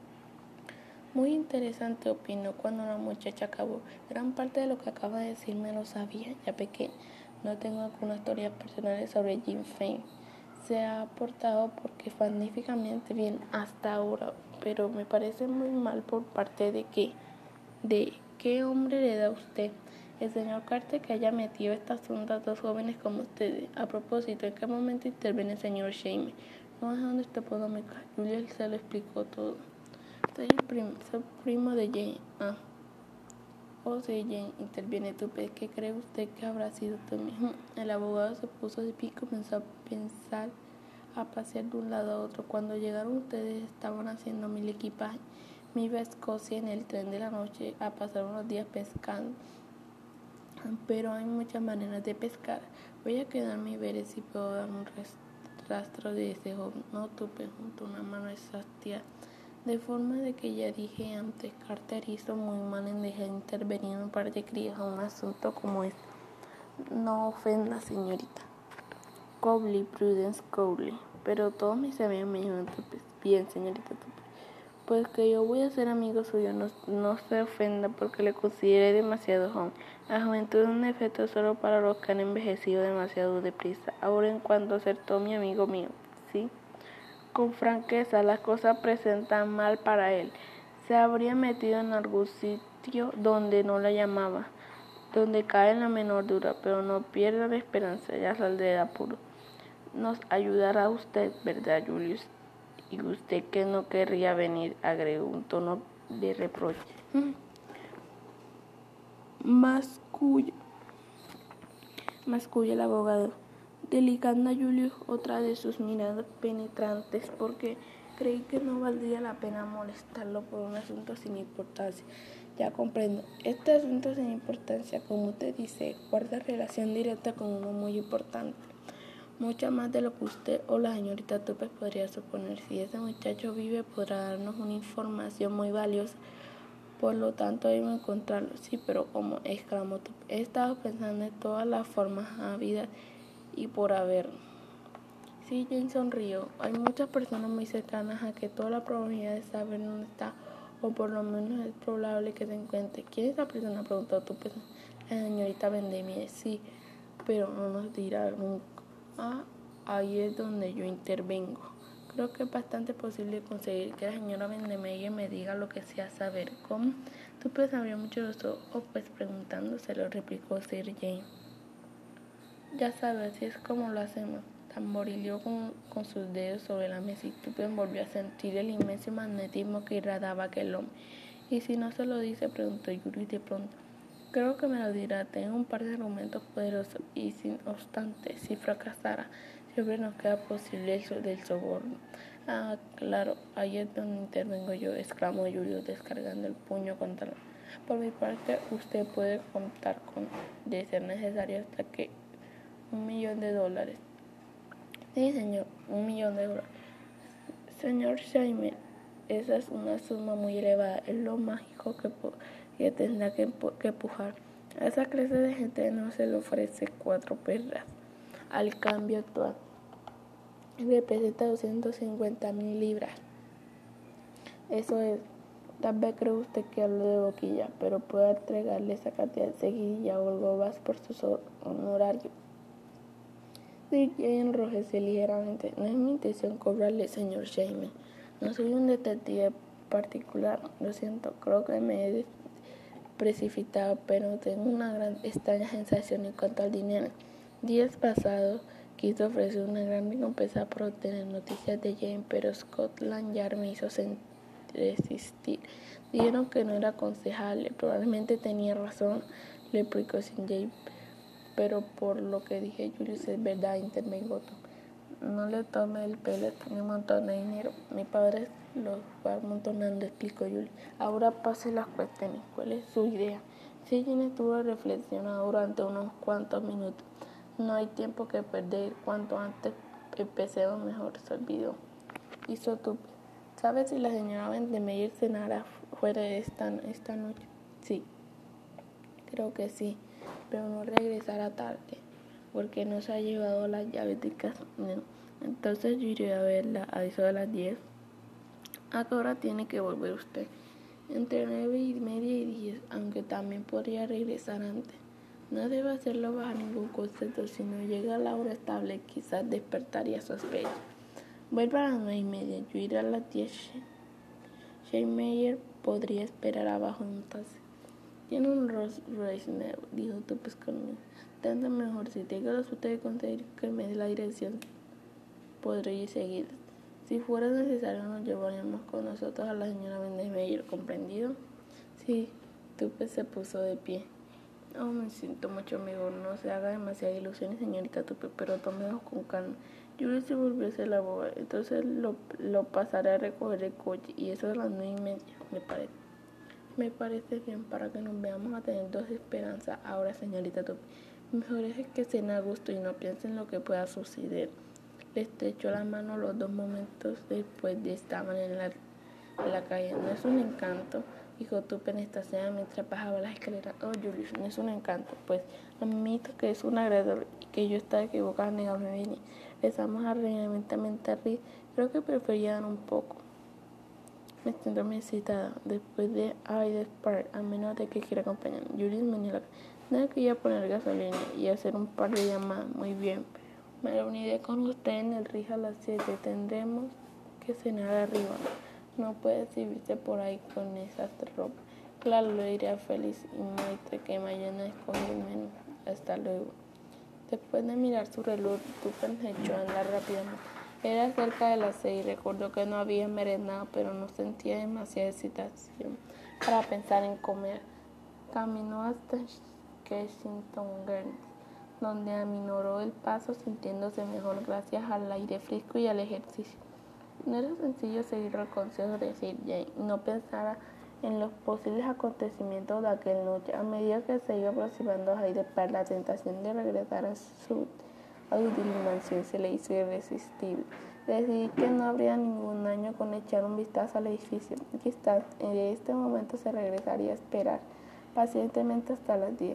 Muy interesante, opinó cuando la muchacha acabó. Gran parte de lo que acaba de decirme lo sabía ya pequeña. No tengo algunas historias personales sobre Jim Fane. Se ha portado porque magníficamente bien hasta ahora, pero me parece muy mal por parte de que, de qué hombre le da usted. El señor Carter que haya metido este asunto a dos jóvenes como ustedes. A propósito, ¿en qué momento interviene el señor Shame? No es donde usted puedo me cae. Julia se lo explicó todo. Soy el primo, soy primo de Jane. Ah. Oh, sí, Jane, interviene tu pez. ¿Qué cree usted que habrá sido tú mismo? El abogado se puso de pie y comenzó a pensar, a pasear de un lado a otro. Cuando llegaron ustedes estaban haciendo mil equipajes. Me iba a Escocia en el tren de la noche a pasar unos días pescando. Pero hay muchas maneras de pescar. Voy a quedarme y veré si puedo dar un rastro de ese joven. No tupe junto una mano exhaustiva. De forma de que ya dije antes, Carter hizo muy mal en dejar intervenir un par de crías a un asunto como este. No ofenda, señorita Cowley, Prudence Cowley. Pero todos mis amigos me dijeron Tupe. Bien, señorita Tupe. Pues que yo voy a ser amigo suyo, no, no se ofenda porque le considere demasiado joven. La juventud es un efecto solo para los que han envejecido demasiado deprisa. Ahora en cuanto a ser todo mi amigo mío, ¿sí? Con franqueza, las cosas presentan mal para él. Se habría metido en algún sitio donde no la llamaba, donde cae en la menor duda, pero no pierda la esperanza, ya saldrá de apuro. Nos ayudará usted, ¿verdad, Julius? Y usted que no querría venir, agregó un tono de reproche. Masculla, masculla el abogado, delicando a Julius otra de sus miradas penetrantes, porque creí que no valdría la pena molestarlo por un asunto sin importancia. Ya comprendo. Este asunto sin importancia, como usted dice, guarda relación directa con uno muy importante. Mucha más de lo que usted o la señorita Tupes podría suponer. Si ese muchacho vive, podrá darnos una información muy valiosa. Por lo tanto, debemos encontrarlo. Sí, pero como exclamó Tupes, he estado pensando en todas las formas habidas y por haber. Sí, Jane sonrió. Hay muchas personas muy cercanas a que toda la probabilidad de saber dónde está, o por lo menos es probable que se encuentre. ¿Quién es esa persona?, preguntó Tupes. La señorita Vendemie. Sí, pero no nos dirá nunca. Ah, ahí es donde yo intervengo. Creo que es bastante posible conseguir que la señora Vendemie me diga lo que sea saber. ¿Cómo? Tupes abrió mucho los ojos, pues preguntándoselo, replicó Sir Jane. Ya sabes, así es como lo hacemos. Tamborileó con, con sus dedos sobre la mesa y Tupes volvió a sentir el inmenso magnetismo que irradiaba aquel hombre. ¿Y si no se lo dice?, preguntó Yuri de pronto. Creo que me lo dirá. Tengo un par de argumentos poderosos y, sin obstante, si fracasara, siempre nos queda posible el del soborno. Ah, claro, ahí es donde intervengo yo, exclamó Julio, descargando el puño contra la... Por mi parte, usted puede contar con, de ser necesario, hasta que un millón de dólares. Sí, señor, un millón de dólares. Señor Shaimer, esa es una suma muy elevada, es lo mágico que, que tendrá que, que pujar. A esa clase de gente no se le ofrece cuatro perras al cambio actual. Representa doscientas cincuenta mil libras. Eso es, tal vez cree usted que hablo de boquilla, pero puedo entregarle esa cantidad enseguida o algo más por su honorario. Sí, Jane enrojeció ligeramente. No es mi intención cobrarle, señor Shaimer. No soy un detective particular, lo siento, creo que me he precipitado, pero tengo una gran extraña sensación en cuanto al dinero. Días pasados quiso ofrecer una gran recompensa por obtener noticias de Jane, pero Scotland Yard me hizo resistir. Dijeron que no era aconsejable, probablemente tenía razón, le explicó sin Jane, pero por lo que dije, Julius, es verdad, intervengó. No le tome el pelo, tiene un montón de dinero. Mi padre lo va amontonando, explicó Julius. Ahora pase las cuestiones. ¿Cuál es su idea? Si Jane estuvo reflexionando durante unos cuantos minutos. No hay tiempo que perder. Cuanto antes empecemos mejor, se olvidó. Hizo Tupe. ¿Sabes si la señora Vendemie cenará fuera de esta, esta noche? Sí, creo que sí, pero no regresará tarde, porque no se ha llevado las llaves de casa. No. Entonces yo iré a verla a eso de las diez. ¿A qué hora tiene que volver usted? Entre nueve y media y diez, aunque también podría regresar antes. No debe hacerlo bajo ningún concepto. Si no llega a la hora estable, quizás despertaría sospechas. Vuelva a las nueve y media, yo iré a las diez. Shaimer podría esperar abajo en un taxi. Tiene un Rolls Royce nuevo, dijo Tuppence conmigo. Tanto mejor, si tengo la suerte de conseguir que me dé la dirección, podré seguir. Si fuera necesario, nos llevaríamos con nosotros a la señora Bendemeyer, ¿comprendido? Sí. Tuppence se puso de pie. Oh, me siento mucho mejor. No se haga demasiadas ilusiones, señorita Tuppence, pero tómelo con calma. Julie se volvió a hacer la boba. Entonces lo, lo pasaré a recoger el coche, y eso es las nueve y media, me parece. Me parece bien, para que nos veamos a tener dos esperanzas. Ahora, señorita Tuppence, mejor es que cene a gusto y no piense en lo que pueda suceder. Le estrechó la mano los dos momentos después de estaban en la, en la calle. No es un encanto, dijo Tuppence estacionada mientras bajaba las escaleras. Oh, Julius, no es un encanto. Pues admito que es un agradable y que yo estaba equivocada, negablemente. Empezamos a reanimamente a reír. Creo que prefería dar un poco. Me siento muy excitada después de Hyde Park, a menos de que quiera acompañarme. Julius me niega. Nada que ir a poner gasolina y hacer un par de llamadas. Muy bien. Me reuniré con usted en el Rig a las siete. Tendremos que cenar arriba. No puede exhibirse por ahí con esas ropas. Claro, lo diré a Félix y Maitre que mañana escoge el menú. Hasta luego. Después de mirar su reloj, Tuppence echó a andar rápidamente. Era cerca de las seis. Recordó que no había merendado, pero no sentía demasiada excitación para pensar en comer. Caminó hasta Kensington Gardens, donde aminoró el paso sintiéndose mejor gracias al aire fresco y al ejercicio. No era sencillo seguir el consejo de Sir James y no pensara en los posibles acontecimientos de aquella noche. A medida que se iba aproximando a Hyde Park, la tentación de regresar a su mansión se le hizo irresistible. Decidí que no habría ningún daño con echar un vistazo al edificio. Quizás en este momento se regresaría a esperar pacientemente hasta las diez.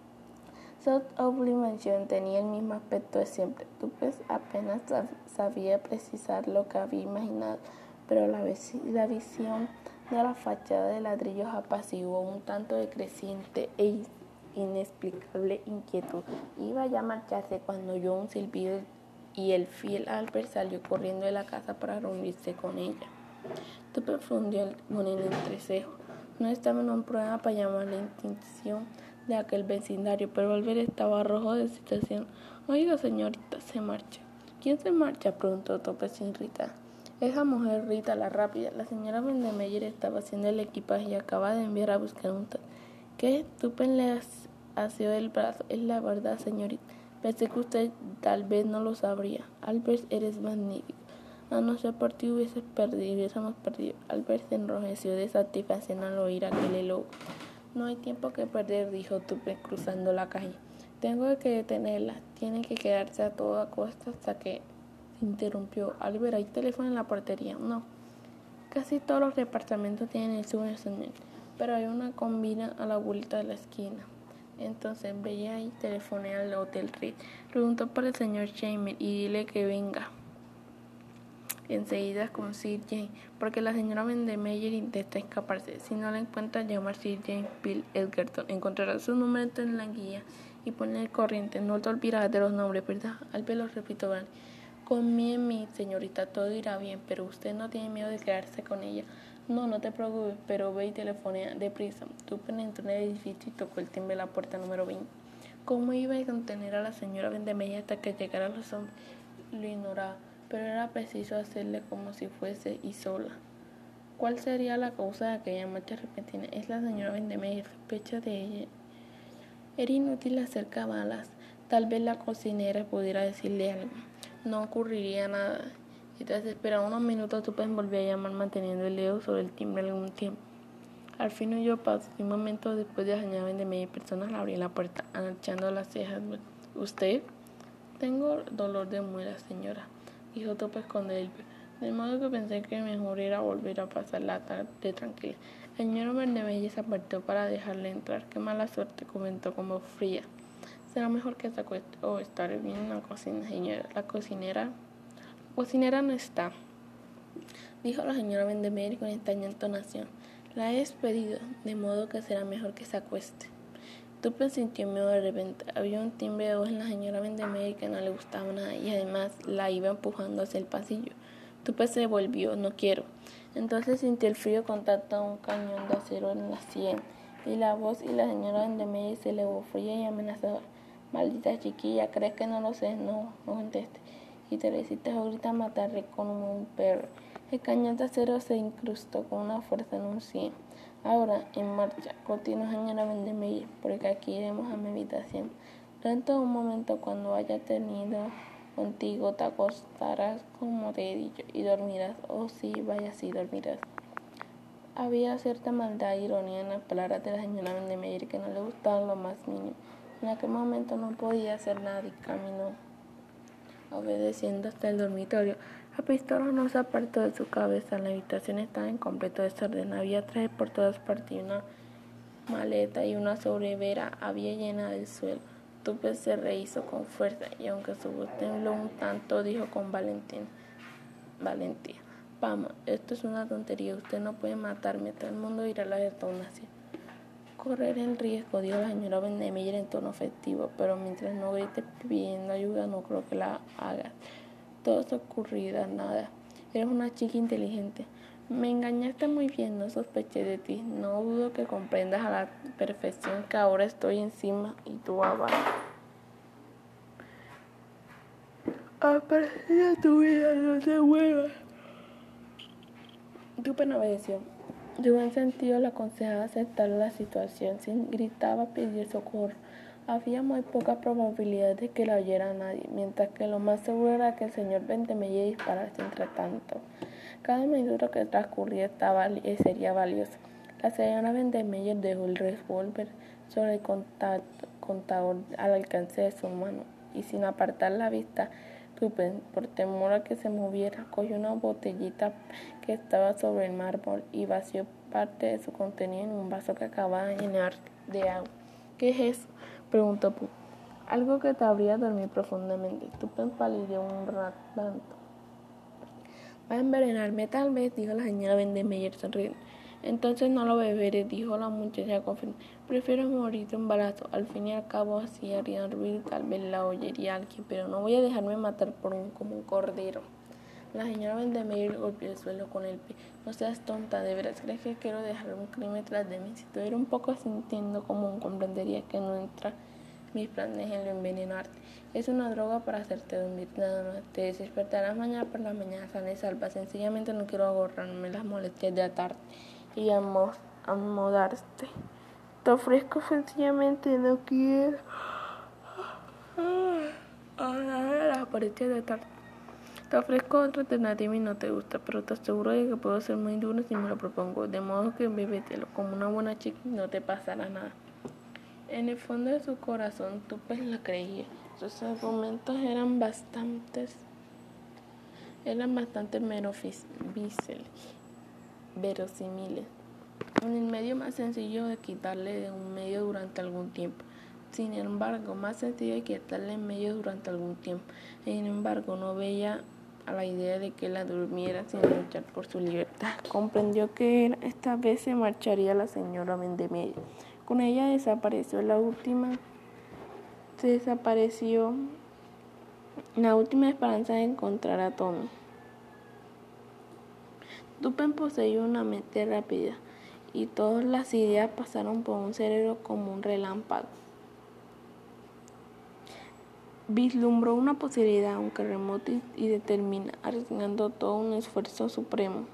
South Audley Mansion tenía el mismo aspecto de siempre. Tuppence apenas sabía precisar lo que había imaginado, pero la, la visión de la fachada de ladrillos apaciguó un tanto de creciente e inexplicable inquietud. Iba ya a marcharse cuando oyó un silbido y el fiel Albert salió corriendo de la casa para reunirse con ella. Tuppence fundió con el entrecejo. No estaba en un programa para llamar la atención de aquel vecindario, pero Albert estaba rojo de excitación. Oiga, señorita, se marcha. ¿Quién se marcha?, preguntó Tuppence irritada. Esa mujer, Rita, la rápida. La señora Bendemeyer estaba haciendo el equipaje y acaba de enviar a buscar un taxi. ¿Qué? Tuppence le asió del brazo. Es la verdad, señorita. Pensé que usted tal vez no lo sabría. Albert, eres magnífico. A no ser por ti hubieses perdido, hubiésemos perdido. Albert se enrojeció de satisfacción al oír aquel elogio. No hay tiempo que perder, dijo Tuppence cruzando la calle. Tengo que detenerla. Tiene que quedarse a toda costa hasta que... Se interrumpió. Albert, ¿hay teléfono en la portería? No. Casi todos los departamentos tienen el suyo, señor, pero hay una combina a la vuelta de la esquina. Entonces veía y telefoné al Hotel Ritz. Preguntó por el señor James y dile que venga enseguida con Sir James, porque la señora Bendemeyer intenta escaparse. Si no la encuentra, llama a Sir James Bill Elkerton. Encontrará su número en la guía y ponle el corriente. No te olvidarás de los nombres, ¿verdad? Albert lo repito, ¿vale? Confíe en mí, señorita, todo irá bien, pero usted no tiene miedo de quedarse con ella. No, no te preocupes, pero ve y telefonea deprisa. Tuppence entró en el edificio y tocó el timbre de la puerta número veinte. ¿Cómo iba a contener a la señora Bendemeyer hasta que llegaran los hombres? Lo ignoraba, pero era preciso hacerle como si fuese y sola. ¿Cuál sería la causa de aquella marcha repentina? Es la señora Bendemeyer, sospecha de ella. Era inútil hacer cabalas. Tal vez la cocinera pudiera decirle algo. No ocurriría nada. Y tras esperar unos minutos, Tuppence volvió a llamar manteniendo el dedo sobre el timbre algún tiempo. Al fin oyó pasos y un momento después de la señora Bendemeyer personas le abrió la puerta, anarchando las cejas. ¿Usted? Tengo dolor de muela, señora, dijo Tuppence con delirio, de modo que pensé que mejor era volver a pasar la tarde tranquila. La señora Bendemeyer se apartó para dejarle entrar. Qué mala suerte, comentó como fría. Será mejor que se acueste. Oh, estaré bien en la cocina, señora. La cocinera... La cocinera no está, dijo la señora Bendemeyer con extraña entonación. La he despedido, de modo que será mejor que se acueste. Tuppence sintió miedo de repente. Había un timbre de voz en la señora Bendemeyer que no le gustaba nada y además la iba empujando hacia el pasillo. Tuppence se volvió. No quiero. Entonces sintió el frío contacto de un cañón de acero en la sien Y la voz y la señora Vandermeyer se elevó fría y amenazadora. Maldita chiquilla, ¿crees que no lo sé? No, no conteste. Y Teresita ahorita a matarle como un perro. El cañón de acero se incrustó con una fuerza en un cien. Ahora, en marcha, continuó señora Vandermeyer, porque aquí iremos a mi habitación. Dentro de un momento, cuando haya tenido contigo, te acostarás como te he dicho y dormirás. Oh sí, vaya sí, dormirás. Había cierta maldad e ironía en las palabras de la señora Vandermeyer que no le gustaban lo más mínimo. En aquel momento no podía hacer nada y caminó obedeciendo hasta el dormitorio. La pistola no se apartó de su cabeza. La habitación estaba en completo desorden. Había trajes por todas partes y una maleta y una sobrevera había llena del suelo. Tupe se rehizo con fuerza y aunque su voz tembló un tanto, dijo con valentín, valentía: Vamos, esto es una tontería. Usted no puede matarme. Todo el mundo irá a la detonación. Correr el riesgo, dijo la señora Vandermeyer en tono festivo, pero mientras no grites pidiendo ayuda, no creo que la hagas. Todo se ocurrirá nada. Eres una chica inteligente. Me engañaste muy bien, no sospeché de ti. No dudo que comprendas a la perfección que ahora estoy encima y tú abajo. Aprecia tu vida, no te muevas. Tupe obedeció. De buen sentido le aconsejaba aceptar la situación. Si gritaba, pedir socorro. Había muy poca probabilidad de que la oyera nadie, mientras que lo más seguro era que el señor Vandermeyer disparase entre tanto. Cada minuto que transcurría estaba, sería valioso. La señora Vandermeyer dejó el revólver sobre el contador al alcance de su mano y sin apartar la vista, Tupen, por temor a que se moviera, cogió una botellita que estaba sobre el mármol y vació parte de su contenido en un vaso que acababa de llenar de agua. ¿Qué es eso?, preguntó Puck. Algo que te habría dormido profundamente. Tupen palideó un rato. Va a envenenarme tal vez, dijo la señora Vandermeyer sonriendo. Entonces no lo beberé, dijo la muchacha con firmeza. Prefiero morir de un balazo. Al fin y al cabo así haría ruido, tal vez la oyería alguien, pero no voy a dejarme matar por un como un cordero. La señora Vandermeyer golpeó el suelo con el pie. No seas tonta, ¿de veras crees que quiero dejar un crimen tras de mí? Si tuviera un poco sintiendo común, comprendería que no entra mis planes en lo envenenarte. Es una droga para hacerte dormir, nada más. Te despertarás mañana por la mañana sana y salva. Sencillamente no quiero ahorrarme las molestias de atarte y amodarte. Te ofrezco sencillamente, no quiero ahorrarme las molestias de atarte. Te ofrezco otra alternativa y no te gusta, pero te aseguro de que puedo ser muy duro si me lo propongo, de modo que bébetelo como una buena chica y no te pasará nada. En el fondo de su corazón, Tupe la creía. Sus argumentos eran bastantes, eran bastante verosímiles. En el medio más sencillo de quitarle de un medio durante algún tiempo. Sin embargo, más sencillo de quitarle en medio durante algún tiempo. Sin embargo, no veía a la idea de que la durmiera sin luchar por su libertad. Comprendió que esta vez se marcharía la señora Vandermeyer. Con ella desapareció la última, desapareció la última esperanza de encontrar a Tommy. Tupen poseía una mente rápida y todas las ideas pasaron por un cerebro como un relámpago. Vislumbró una posibilidad, aunque remota y determinada, arriesgando todo un esfuerzo supremo.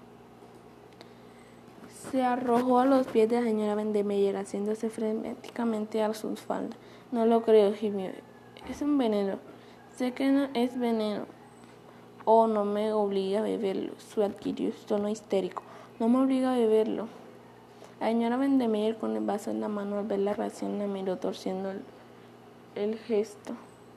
Se arrojó a los pies de la señora Vandermeyer, haciéndose frenéticamente a sus faldas. No lo creo, gimió. Es un veneno. Sé que no es veneno. Oh, no me obliga a beberlo. Su adquirió tono histérico. No me obliga a beberlo. La señora Vandermeyer, con el vaso en la mano, al ver la reacción, la miró torciendo el, el gesto.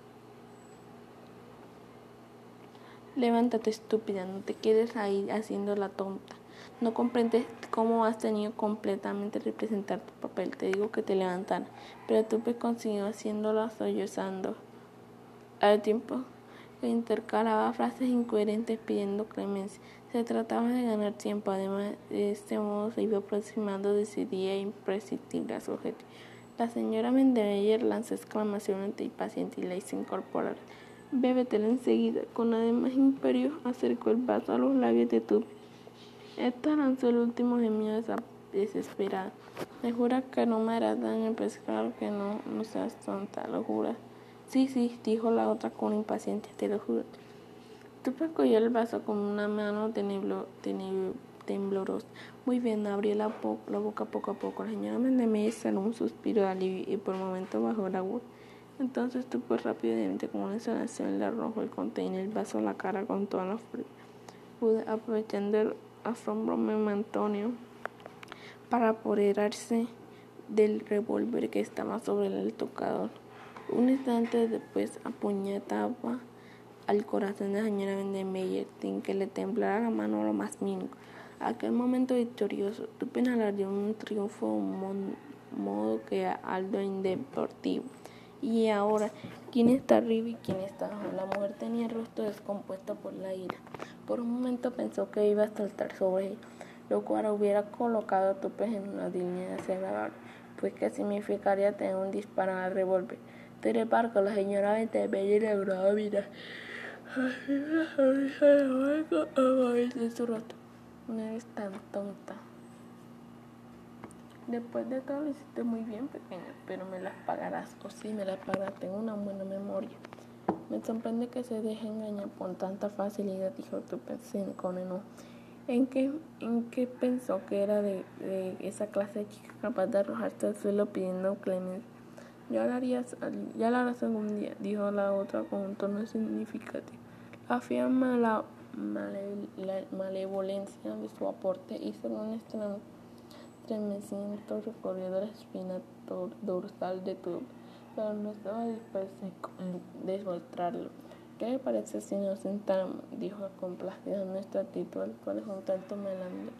Levántate, estúpida, no te quedes ahí haciendo la tonta. No comprendes cómo has tenido completamente representar tu papel. Te digo que te levantaras. Pero Tupe consiguió haciéndola sollozando. Al tiempo que intercalaba frases incoherentes pidiendo clemencia. Se trataba de ganar tiempo. Además, de este modo se iba aproximando decidida e imprescindible a su objetivo. La señora Vandermeyer lanzó exclamaciones de impaciente y la hizo incorporar. Bébetela enseguida. Con además imperio acercó el vaso a los labios de Tupe. Esta lanzó el último gemido desesperada. ¿Me juras que no me harás daño? Pues claro que no, no seas tonta, ¿lo juras? Sí, sí, dijo la otra con impaciencia, te lo juro. Tupe cogió el vaso con una mano teneblo, teneblo, temblorosa. Muy bien, abrió la, po la boca poco a poco. La señora Vendemey exhaló un suspiro de alivio y por un momento bajó la voz. Entonces Tupe rápidamente con una exhalación le arrojó el container, el vaso a la cara con toda la fuerza. Pude, aprovechando el asombro momentáneo para apoderarse del revólver que estaba sobre el tocador. Un instante después apuñetaba al corazón de la señora Vendemey sin que le temblara la mano lo más mínimo. Aquel momento victorioso, Tupe alardeó un triunfo un modo que algo indeportivo. Y ahora, ¿quién está arriba y quién está abajo? La mujer tenía el rostro descompuesto por la ira. Por un momento pensó que iba a saltar sobre ella, lo cual hubiera colocado a Tupe en una línea desagradable, pues que significaría tener un disparo al revólver. Sin embargo, la señora Vendemey logró mirar en su rostro. No eres tan tonta. Después de todo lo hiciste muy bien, pequeña, pero me las pagarás, o sí me las pagarás, tengo una buena memoria. Me sorprende que se deje engañar con tanta facilidad, dijo Tupe con enojo. ¿En qué, ¿En qué pensó que era de, de esa clase de chica capaz de arrojarse al suelo pidiendo clemencia? Ya lo harías, ya lo harás algún día, dijo la otra con un tono significativo. La fea mala, male, la malevolencia de su aporte hizo un estremecimiento recorrido la espina dorsal de Tupe, pero no estaba dispuesto a demostrarlo. ¿Qué le parece si nos sentamos? Dijo complacida nuestra actitud actual es un tanto melandra.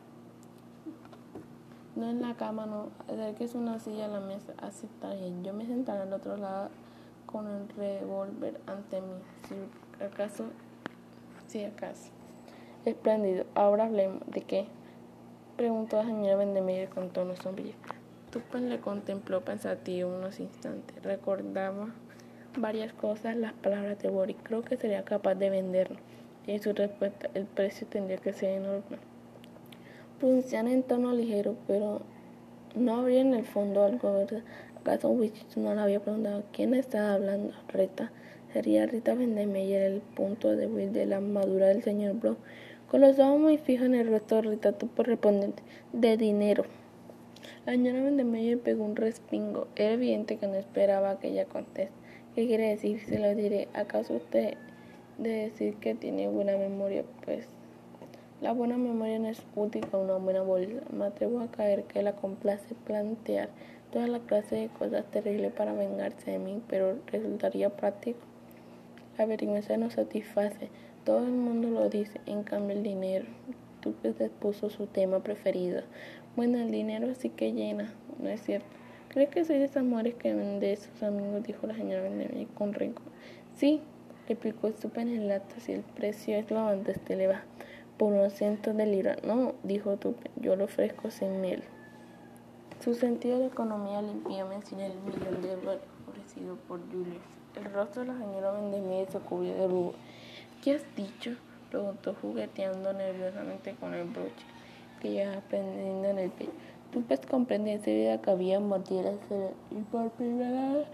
No en la cama, no. Acérquese una silla a la mesa. Así está bien. Yo me sentaré al otro lado con el revólver ante mí. Si acaso, si acaso. Espléndido. Ahora hablemos. ¿De qué? Preguntó la señora Vendemey con tono sombrío. Tupe le contempló pensativo unos instantes. Recordaba varias cosas, las palabras de Boris. Creo que sería capaz de venderlo. Y su respuesta, el precio tendría que ser enorme. Pronuncian en tono ligero, pero no habría en el fondo algo, ¿verdad? ¿Acaso Winston no le había preguntado quién estaba hablando? Rita. Sería Rita Vendemey el punto débil de la armadura del señor Brown. Con los ojos muy fijos en el rostro de Rita, tuvo respondente de dinero. La señora Vendemey pegó un respingo. Era evidente que no esperaba que ella conteste. ¿Qué quiere decir? Se lo diré. ¿Acaso usted de decir que tiene buena memoria? Pues la buena memoria no es útil con una buena bolsa. Me atrevo a caer que la complace plantear toda la clase de cosas terribles para vengarse de mí, pero resultaría práctico. La vergüenza no satisface. Todo el mundo lo dice. En cambio, el dinero. Tupe expuso su tema preferido. Bueno, el dinero sí que llena, ¿no es cierto? ¿Cree que soy de esas mujeres que vende sus amigos? Dijo la señora Vendemey con rencor. Sí, replicó Tupe en el acto, si el precio es lo antes te le va. Por unos cientos de libras. No, dijo Tupe, yo lo ofrezco sin miel. Su sentido de economía limpio mencionó el millón de euros ofrecido por Julius. El rostro de la señora Vendemey se cubrió de rubor. ¿Qué has dicho? Preguntó jugueteando nerviosamente con el broche que llevaba pendiendo en el pecho. Tupe comprendía enseguida que había mordido el cerebro y por primera vez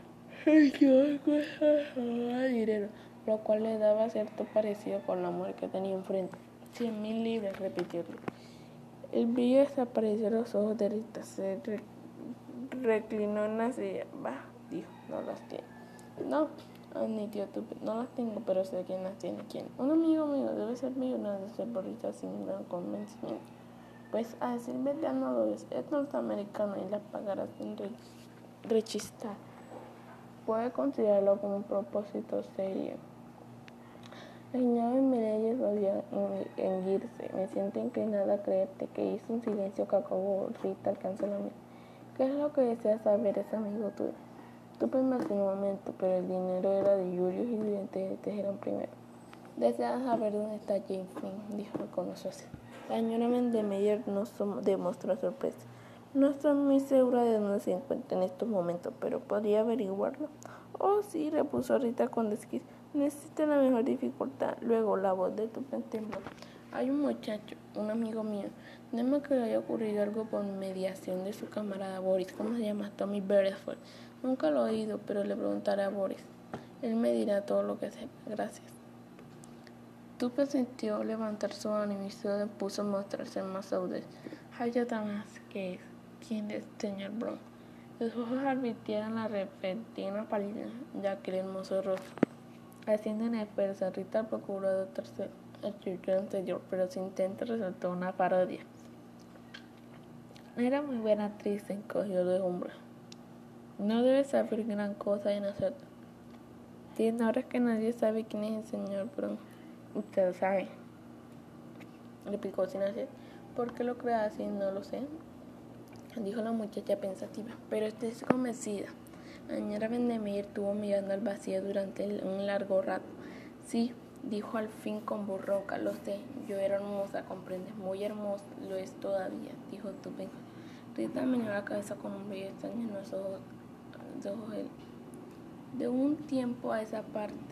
el dinero, lo cual le daba cierto parecido con la mujer que tenía enfrente. Cien mil libras, repitió. El brillo desapareció de los ojos de Rita. Se re reclinó en la silla. Bah, dijo, no las tiene. No, admitió Tupe, no las tengo, pero sé quién las tiene. ¿Quién? Un amigo mío, debe ser millonario, se Rita sin gran convencimiento. Pues a decir verdad no lo es, es norteamericano y las pagarás sin re rechistar. Puede considerarlo como un propósito serio. La señora Vendemey volvió a erguirse. Me siento inclinada a creerte que hizo un silencio que acabó. Rita alcanzó la mía. ¿Qué es lo que deseas saber? Es amigo tuyo. Tupe imaginó un momento, pero el dinero era de Julius y de Teherán primero. ¿Deseas saber dónde está Jane Flynn? Dijo con los socios. La señora Vendemey no demostró sorpresa. No estoy muy segura de dónde se encuentra en estos momentos, pero podría averiguarlo. Oh, sí, repuso Rita con desquicio. No existe la mejor dificultad. Luego la voz de Tupe tembló. Hay un muchacho, un amigo mío, no que le haya ocurrido algo por mediación de su camarada Boris, ¿cómo se llama? Tommy Beresford. Nunca lo he oído, pero le preguntaré a Boris. Él me dirá todo lo que sepa. Gracias. Tupe sintió levantar su ánimo y se puso a mostrarse más audaz. Hayata más que es. ¿Quién es, señor Brown? Los ojos advirtieron la repentina palidez de aquel hermoso rostro. Haciendo un esfuerzo, Rita procuró adaptarse al chillo anterior, pero su intento resultó una parodia. Era muy buena actriz, se encogió de hombros. No debe saber gran cosa de nosotros. Tiene horas que nadie sabe quién es el señor Brown. Usted lo sabe, replicó sin hacer. ¿Por qué lo cree así? No lo sé, dijo la muchacha pensativa, pero estoy convencida. La señora Vandermeyer estuvo mirando al vacío durante un largo rato. Sí, dijo al fin con voz ronca, lo sé, yo era hermosa, comprendes, muy hermosa, lo es todavía, dijo Tupen. Rita meneó la cabeza con un brillo extraño en los ojos, los ojos él. De un tiempo a esa parte,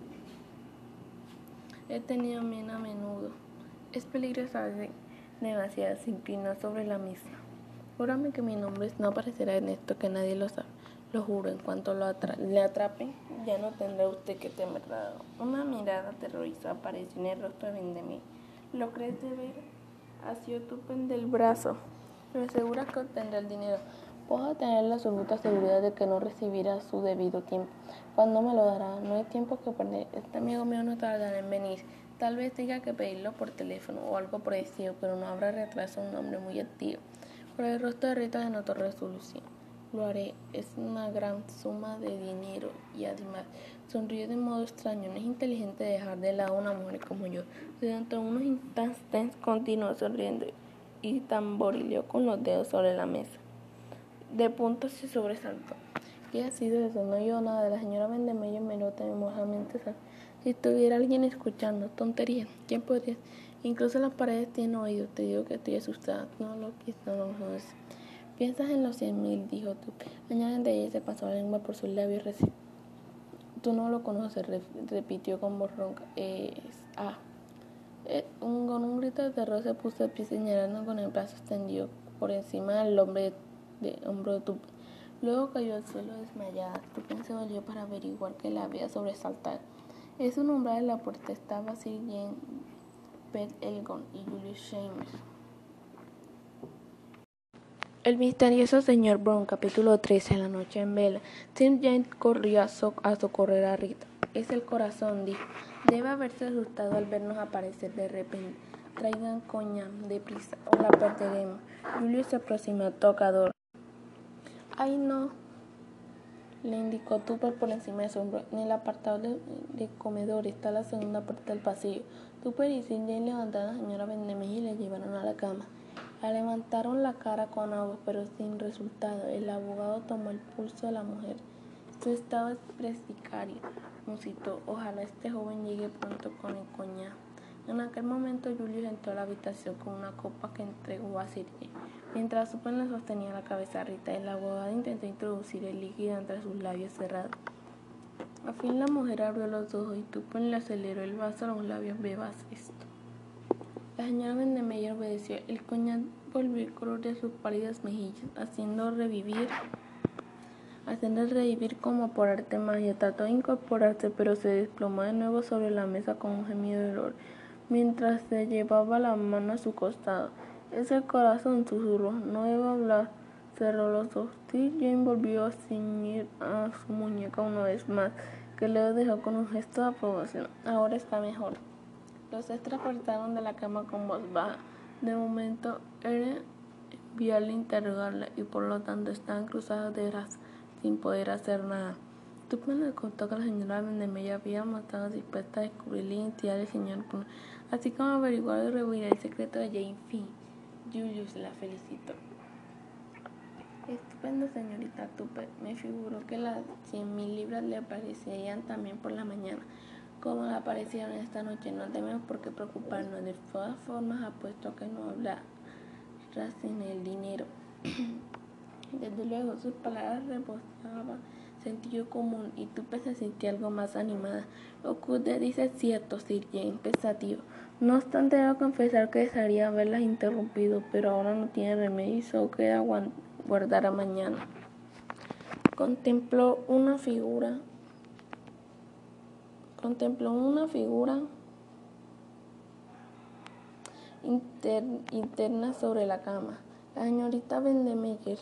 he tenido miedo a menudo. Es peligroso demasiado, se inclinó sobre la mesa. Júrame que mi nombre no aparecerá en esto, que nadie lo sabe. Lo juro, en cuanto lo atra le atrapen, ya no tendrá usted que temer nada. Una mirada aterrorizada apareció en el rostro de Bendemeyer. ¿Lo crees de ver? Asió Tupen del brazo. Me asegura que obtendrá el dinero. Puedo tener la absoluta seguridad de que no recibirá su debido tiempo. ¿Cuándo me lo dará? No hay tiempo que perder. Este amigo mío no tardará en venir. Tal vez tenga que pedirlo por teléfono o algo por el estilo, pero no habrá retraso, un hombre muy activo. Por el rostro de Rita denotó resolución. Lo haré, es una gran suma de dinero y además sonrió de modo extraño. No es inteligente dejar de lado a una mujer como yo. Durante unos instantes continuó sonriendo y tamborileó con los dedos sobre la mesa. De punto se sobresaltó. ¿Qué ha sido eso? No oyó nada. La señora Vandermeyer miró temorosamente. Si estuviera alguien escuchando, tontería. ¿Quién podría? Incluso las paredes tienen oídos. Te digo que estoy asustada. No lo quiso, no lo sé. Piensas en los cien mil, dijo tú. Añade ella se pasó la lengua por sus labios. Tú no lo conoces, repitió con voz ronca. Es ah. Eh, un, con un grito de terror se puso de pie señalando con el brazo extendido por encima del hombre de, de hombro de tu. Luego cayó al suelo desmayada. Tupen se volvió para averiguar que la había sobresaltado. En un umbral de la puerta estaba Sir James Pet Elgon y Julius Shamers. El misterioso señor Brown, capítulo trece, la noche en vela. Sir James corrió a, so a socorrer a Rita. Es el corazón, dijo. Debe haberse asustado al vernos aparecer de repente. Traigan coña, deprisa, o la perderemos. Julius se aproximó tocador. Ay, no, le indicó Tupper por encima de su hombro. En el apartado de, de comedor está la segunda puerta del pasillo. Tupper y Sir James levantaron a la señora Vandermeyer y la llevaron a la cama. La levantaron la cara con agua, pero sin resultado. El abogado tomó el pulso de la mujer. Su estado es precario, musitó. Ojalá este joven llegue pronto con el coñac. En aquel momento Julius entró a la habitación con una copa que entregó a Sir James. Mientras Tupen le sostenía la cabeza a Rita, el abogado intentó introducir el líquido entre sus labios cerrados. Al fin la mujer abrió los ojos y Tupen le aceleró el vaso a los labios. Bebas esto. La señora Vandermeyer obedeció. El coñac volvió el color de sus pálidas mejillas, haciendo revivir, haciendo revivir como por arte magia. Trató de incorporarse, pero se desplomó de nuevo sobre la mesa con un gemido de dolor, mientras se llevaba la mano a su costado. Es el corazón, susurró. No debo hablar. Cerró los ojos. Sir James volvió a ciñir a su muñeca una vez más, que luego dejó con un gesto de aprobación. Ahora está mejor. Los extras apartaron de la cama con voz baja. De momento era enviarle a interrogarla y por lo tanto estaban cruzados de brazos sin poder hacer nada. Tupen le contó que la señora Vandermeyer había mostrado dispuesta a descubrir la identidad del señor Brown, así como averiguar y revelar el secreto de Jane Finn. Julius la felicitó. Estupendo, señorita Tupen. Me figuró que las cien mil libras le aparecerían también por la mañana. Como le aparecieron esta noche, no tenemos por qué preocuparnos. De todas formas, apuesto a que no hablará sin el dinero. Desde luego, sus palabras rebosaban sentido común y Tupen se sentía algo más animada. Lo que usted dice es cierto, Sir James, pensativo. No obstante, debo confesar que desearía haberlas interrumpido, pero ahora no tiene remedio y solo queda guardar a mañana. Contempló una figura, contempló una figura inter, interna sobre la cama. La señorita Vandermeyer.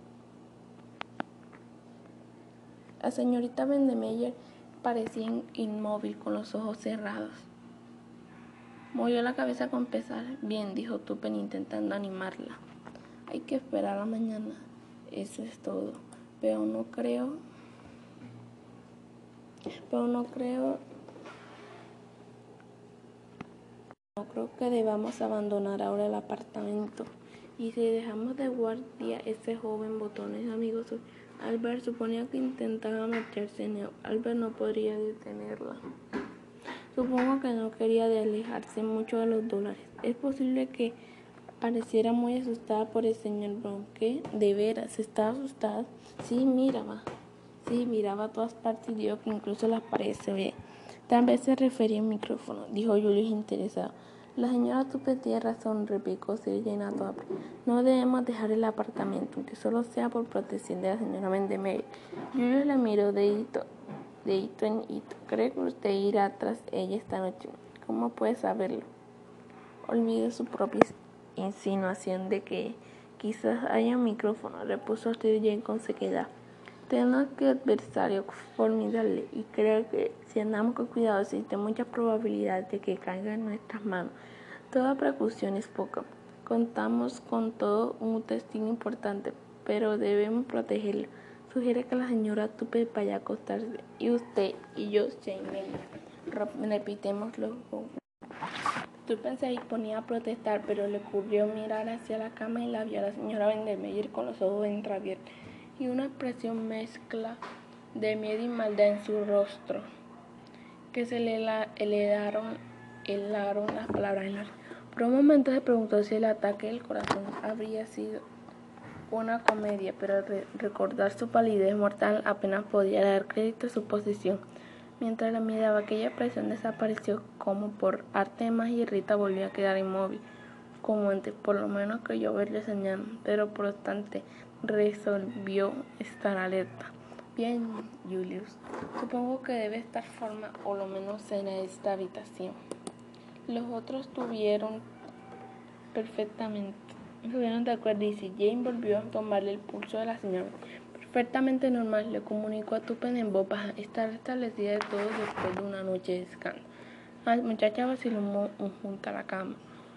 La señorita Vandermeyer parecía inmóvil, con los ojos cerrados. Movió la cabeza con pesar. Bien, dijo Tuppen intentando animarla. Hay que esperar a mañana. Eso es todo. Pero no creo... Pero no creo... No creo que debamos abandonar ahora el apartamento. Y si dejamos de guardia ese joven botones amigos, Albert suponía que intentaba meterse en él. Albert no podría detenerla. Supongo que no quería alejarse mucho de los dólares. Es posible que pareciera muy asustada por el señor Brown. ¿Qué? ¿De veras? ¿Estaba asustada? Sí, miraba. Sí, miraba a todas partes y dijo que incluso las paredes se veían. Tal vez se refería al micrófono, dijo Julius interesado. La señora Tuppen tiene razón, replicó Sir Jane a toda prisa. No debemos dejar el apartamento, aunque solo sea por protección de la señora Vandermeyer. Julius la miró de hito, de hito en hito. ¿Cree que usted irá tras ella esta noche? ¿Cómo puede saberlo? Olvidó su propia insinuación de que quizás haya un micrófono, repuso Sir Jane con sequedad. Tenemos que adversario formidable y creo que si andamos con cuidado existe mucha probabilidad de que caiga en nuestras manos. Toda precaución es poca. Contamos con todo un testigo importante, pero debemos protegerlo. Sugiere que la señora Tuppen vaya a acostarse y usted y yo, Jane, repitémoslo. Tuppen se disponía a protestar, pero le ocurrió mirar hacia la cama y la vio a la señora Vandermeyer con los ojos entreabiertos y una expresión mezcla de miedo y maldad en su rostro, que se le helaron, helaron las palabras en la... Por un momento se preguntó si el ataque del corazón habría sido una comedia, pero al re recordar su palidez mortal apenas podía dar crédito a su posición. Mientras la miraba, aquella presión desapareció como por arte de magia y Rita volvió a quedar inmóvil, como antes. Por lo menos creyó verle señal, pero por obstante resolvió estar alerta. Bien, Julius, supongo que debe estar forma, o lo menos en esta habitación. Los otros tuvieron perfectamente, estuvieron de acuerdo y si Jane volvió a tomarle el pulso de la señora, perfectamente normal, le comunicó a Tuppen en voz baja, estar restablecida de todo después de una noche de descanso. La muchacha vaciló junto a la cama.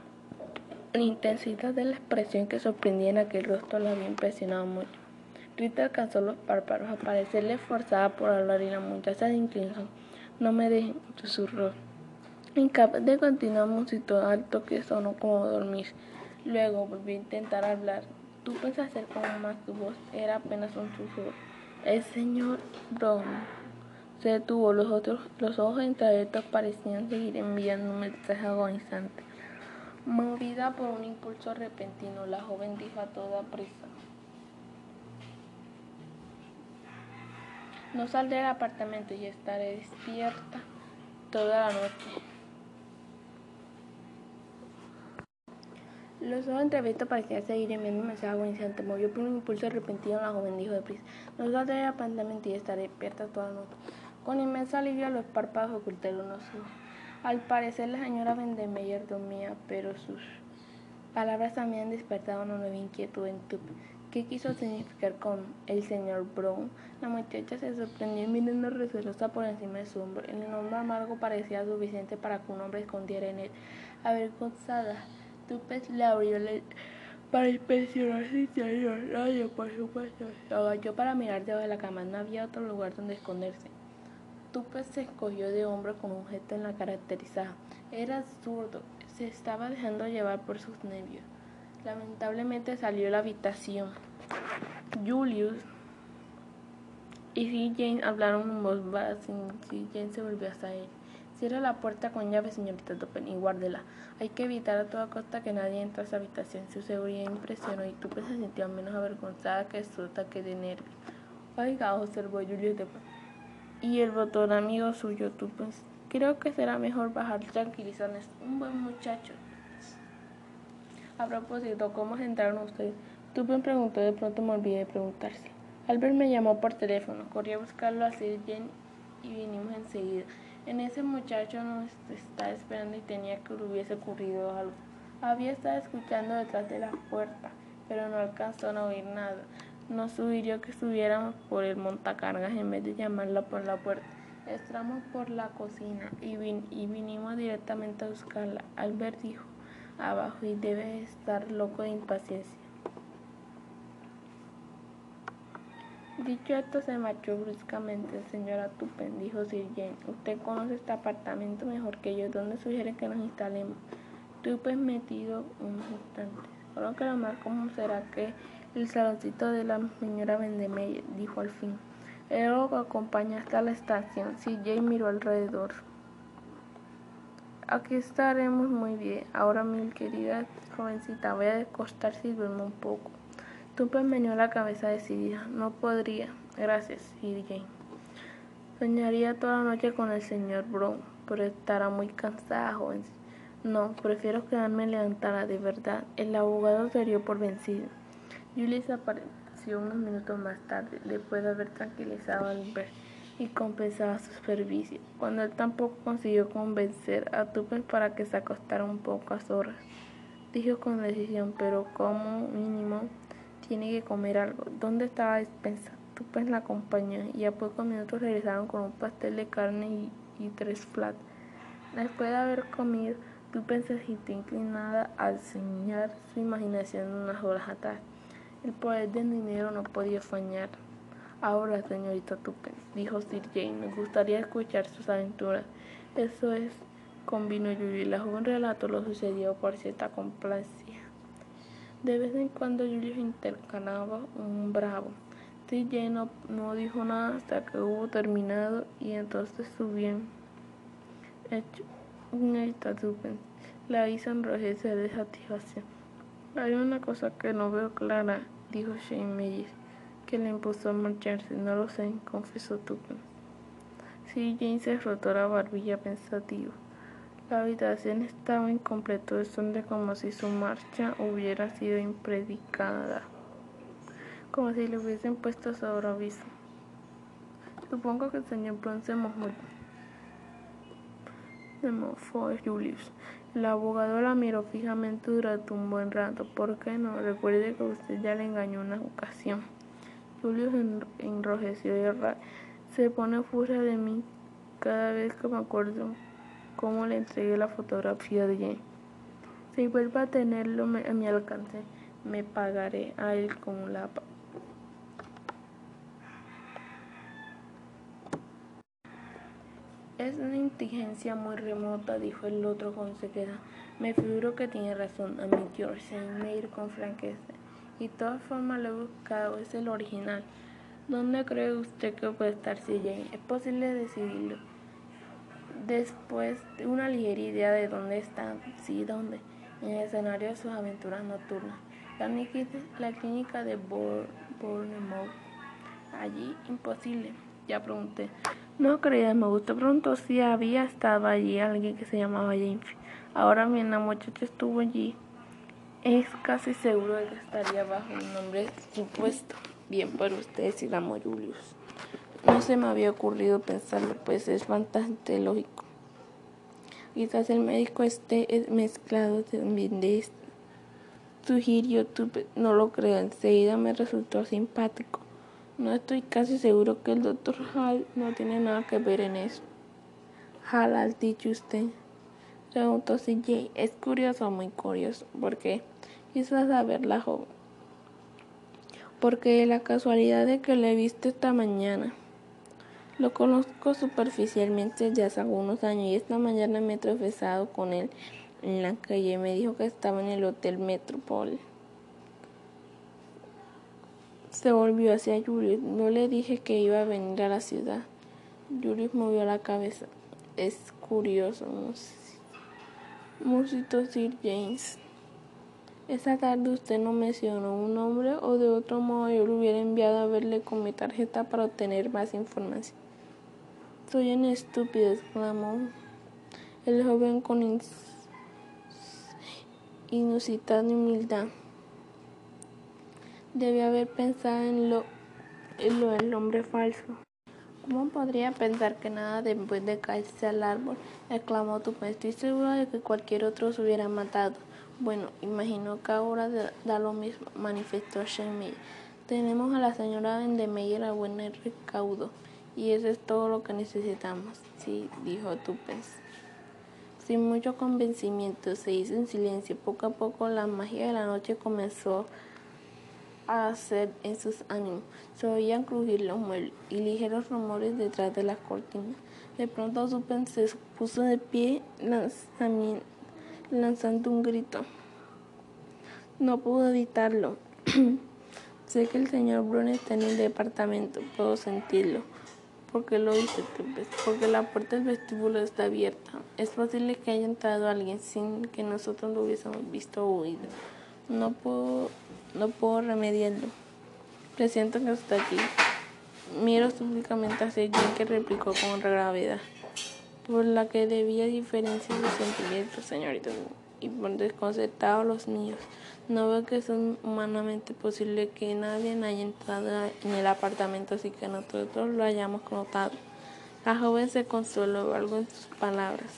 La intensidad de la expresión que sorprendía en aquel rostro la había impresionado mucho. Rita alcanzó los párpados a parecerle forzada por hablar y la muchacha se inclinó. No me dejen, susurró. Incapaz de continuar, musitó alto que sonó como dormir. Luego volvió a intentar hablar. Tuppen se acercó más, su voz era apenas un susurro. El señor Brown se detuvo, los, otros, los ojos entreabiertos parecían seguir enviando un mensaje agonizante. Movida por un impulso repentino, la joven dijo a toda prisa: no saldré del apartamento y estaré despierta toda la noche. Los ojos entreabiertos parecían seguir enviando un mensaje agonizante. Movió por un impulso repentino, la joven dijo deprisa: no saldré del apartamento y estaré despierta toda la noche. Con inmenso alivio los párpados ocultaron los ojos. Al parecer la señora Vandermeyer dormía, pero sus palabras habían despertado una nueva inquietud en Tuppen. ¿Qué quiso significar con el señor Brown? La muchacha se sorprendió mirando recelosa por encima de su hombro. El nombre amargo parecía suficiente para que un hombre escondiera en él. Avergonzada, Tuppen le abrió el... para inspeccionar su interior. Nadie, por supuesto. Se agachó para mirar debajo de la cama. No había otro lugar donde esconderse. Tuppen se encogió de hombros con un gesto en la caracterizada. Era absurdo. Se estaba dejando llevar por sus nervios. Lamentablemente salió de la habitación. Julius y Sir Jane hablaron en voz baja. Sir Jane se volvió hacia él. Cierra la puerta con llave, señorita Tuppen, y guárdela. Hay que evitar a toda costa que nadie entre a esa habitación. Su seguridad impresionó y Tuppen se sintió menos avergonzada que su ataque de nervios. Oiga, observó Julius de y el botón amigo suyo, Tuppen, Creo que será mejor bajar tranquilizones. Un buen muchacho. A propósito, ¿cómo se entraron ustedes? Tupen preguntó, de pronto me olvidé de preguntarse. Albert me llamó por teléfono, corrí a buscarlo a Sir Jane y vinimos enseguida. En ese muchacho nos estaba esperando y tenía que le hubiese ocurrido algo. Había estado escuchando detrás de la puerta, pero no alcanzó a oír nada. Nos sugirió que estuviéramos por el montacargas en vez de llamarla por la puerta. Entramos por la cocina y, vin y vinimos directamente a buscarla. Albert dijo abajo y debe estar loco de impaciencia. Dicho esto, se marchó bruscamente. Señora Tupen, dijo Sir Jane, usted conoce este apartamento mejor que yo. ¿Dónde sugiere que nos instalemos? Tupen metido unos instantes. Creo que lo más común será que el saloncito de la señora Bendemeyer, dijo al fin. Él lo acompaña hasta la estación. Sir Jane miró alrededor. Aquí estaremos muy bien. Ahora, mi querida jovencita, voy a descostarse y duermo un poco. Tupen meneó la cabeza decidida. No podría. Gracias, Sir Jane. Soñaría toda la noche con el señor Brown, pero estará muy cansada, joven. No, prefiero quedarme levantada, de verdad. El abogado se dio por vencido. Julius apareció unos minutos más tarde, después de haber tranquilizado a Albert y compensado su servicio, cuando él tampoco consiguió convencer a Tupen para que se acostara un poco a solas. Dijo con decisión, pero como mínimo tiene que comer algo. ¿Dónde estaba la despensa? Tupen la acompañó y a pocos minutos regresaron con un pastel de carne y, y tres flats. Después de haber comido, Tupen se sintió inclinada a enseñar su imaginación unas horas atrás. El poder del dinero no podía fallar. Ahora, señorita Tupen, dijo Sir Jane, me gustaría escuchar sus aventuras. Eso es, convino Julie. La joven relató lo sucedido por cierta complacencia. De vez en cuando Julius intercalaba un bravo. Sir Jane no, no dijo nada hasta que hubo terminado y entonces subió hecho un Tupen. La hizo enrojecer de satisfacción. Hay una cosa que no veo clara, dijo Shane Meyer, que le impulsó a marcharse. No lo sé, confesó Tupen. Sir Jane se frotó la barbilla pensativo. La habitación estaba en completo desorden, como si su marcha hubiera sido impredicada, como si le hubiesen puesto sobre aviso. Supongo que el señor Brown se mojó. Se mofó Julius. El abogado la miró fijamente durante un buen rato. ¿Por qué no? Recuerde que usted ya le engañó una ocasión. Julius enrojeció de rabia. Se pone furia de mí cada vez que me acuerdo cómo le entregué la fotografía de Jane. Si vuelve a tenerlo a mi alcance, me pagaré a él con la paz. Es una inteligencia muy remota, dijo el otro con sequedad. Me figuro que tiene razón, admitió Shane Meyer con franqueza. Y de todas formas lo he buscado, es el original. ¿Dónde cree usted que puede estar Sir Jane? Es posible decidirlo. Después de una ligera idea de dónde está, sí, dónde, en el escenario de sus aventuras nocturnas. La, la clínica de Bournemouth. Allí, imposible. Ya pregunté. No creía, me gustó pronto si había estado allí alguien que se llamaba James. Ahora bien, la muchacha estuvo allí. Es casi seguro de que estaría bajo un nombre supuesto. Bien por usted, si la Julius. No se me había ocurrido pensarlo, pues es bastante lógico. Quizás el médico esté mezclado también de esto. Sugirió Tupen. No lo creo, enseguida me resultó simpático. No estoy casi seguro que el doctor Hall no tiene nada que ver en eso. ¿Hall ha dicho usted? Preguntó Sir Jane. Es curioso, muy curioso. ¿Por qué? Quizás saberla, joven. Porque la casualidad de que lo he visto esta mañana. Lo conozco superficialmente desde hace algunos años y esta mañana me he tropezado con él en la calle. Me dijo que estaba en el Hotel Metropole. Se volvió hacia Julius. No le dije que iba a venir a la ciudad. Julius movió la cabeza. Es curioso, musitó Sir James. Esa tarde usted no mencionó un nombre o de otro modo yo lo hubiera enviado a verle con mi tarjeta para obtener más información. Soy un estúpido, exclamó el joven con ins inusitada humildad. Debía haber pensado en lo, en lo del hombre falso. ¿Cómo podría pensar que nada después de caerse al árbol? Exclamó Tuppen. Estoy seguro de que cualquier otro se hubiera matado. Bueno, imagino que ahora da lo mismo, manifestó Steinmeier. Tenemos a la señora Vandermeyer a buen recaudo, y eso es todo lo que necesitamos. Sí, dijo Tuppen. Sin mucho convencimiento, se hizo en silencio. Poco a poco la magia de la noche comenzó a hacer en sus ánimos. Se oían crujir los muebles y ligeros rumores detrás de las cortinas. De pronto Tuppen se puso de pie lanzando un grito. No pudo evitarlo. Sé que el señor Brun está en el departamento. Puedo sentirlo. ¿Por qué lo hice, Tuppen? Porque la puerta del vestíbulo está abierta. Es posible que haya entrado alguien sin que nosotros lo hubiésemos visto o oído. No puedo, no puedo remediarlo. Presiento que está aquí. Miro súbitamente hacia Jane, que replicó con gravedad, por la que debía diferenciar sus sentimientos, señorita, y por desconcertado los míos. No veo que sea humanamente posible que nadie haya entrado en el apartamento, así que nosotros lo hayamos notado. La joven se consoló algo en sus palabras.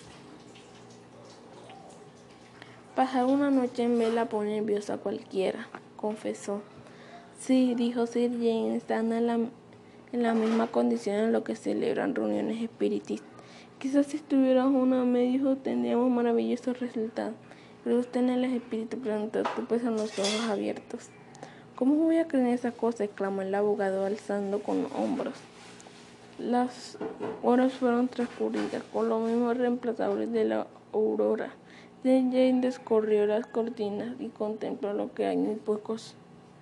Pasar una noche en vela pone nerviosa a cualquiera, confesó. Sí, dijo Sir Jane, estando en la, en la misma condición en lo que celebran reuniones espiritistas. Quizás si estuviéramos una, me dijo, tendríamos maravillosos resultados. ¿Cree usted en el espíritu? Preguntó Tuppen con los ojos abiertos. ¿Cómo voy a creer en esa cosa? Exclamó el abogado alzando con hombros. Las horas fueron transcurridas con los mismos reemplazables de la aurora. Jane descorrió las cortinas y contempló lo que años pocos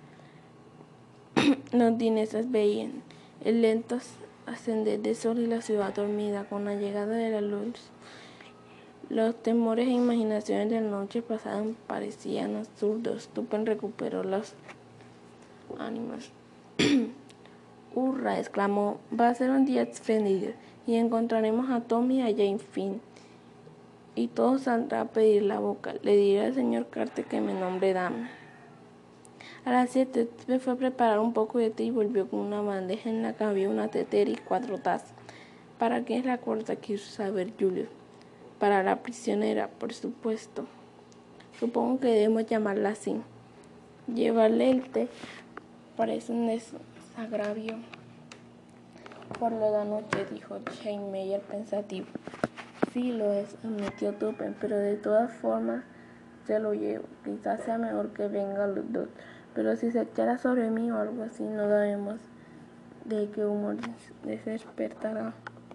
los dinesas veían, el lento ascender del sol y la ciudad dormida con la llegada de la luz. Los temores e imaginaciones de la noche pasada parecían absurdos. Tuppen recuperó los ánimos. ¡Hurra! Exclamó. Va a ser un día espléndido y encontraremos a Tom y a Jane Finn. Y todo saldrá a pedir la boca. Le diré al señor Carter que me nombre dama. A las siete Tuppen fue a preparar un poco de té y volvió con una bandeja en la que había una tetera y cuatro tazas. ¿Para qué es la cuarta? Quiso saber Julius. Para la prisionera, por supuesto. Supongo que debemos llamarla así. Llevarle el té parece un desagravio. Por lo de anoche, dijo Steinmeier pensativo. Sí, lo es, admitió Tuppen, pero de todas formas se lo llevo. Quizás sea mejor que vengan los dos. Pero si se echara sobre mí o algo así, no sabemos de qué humor se despertará.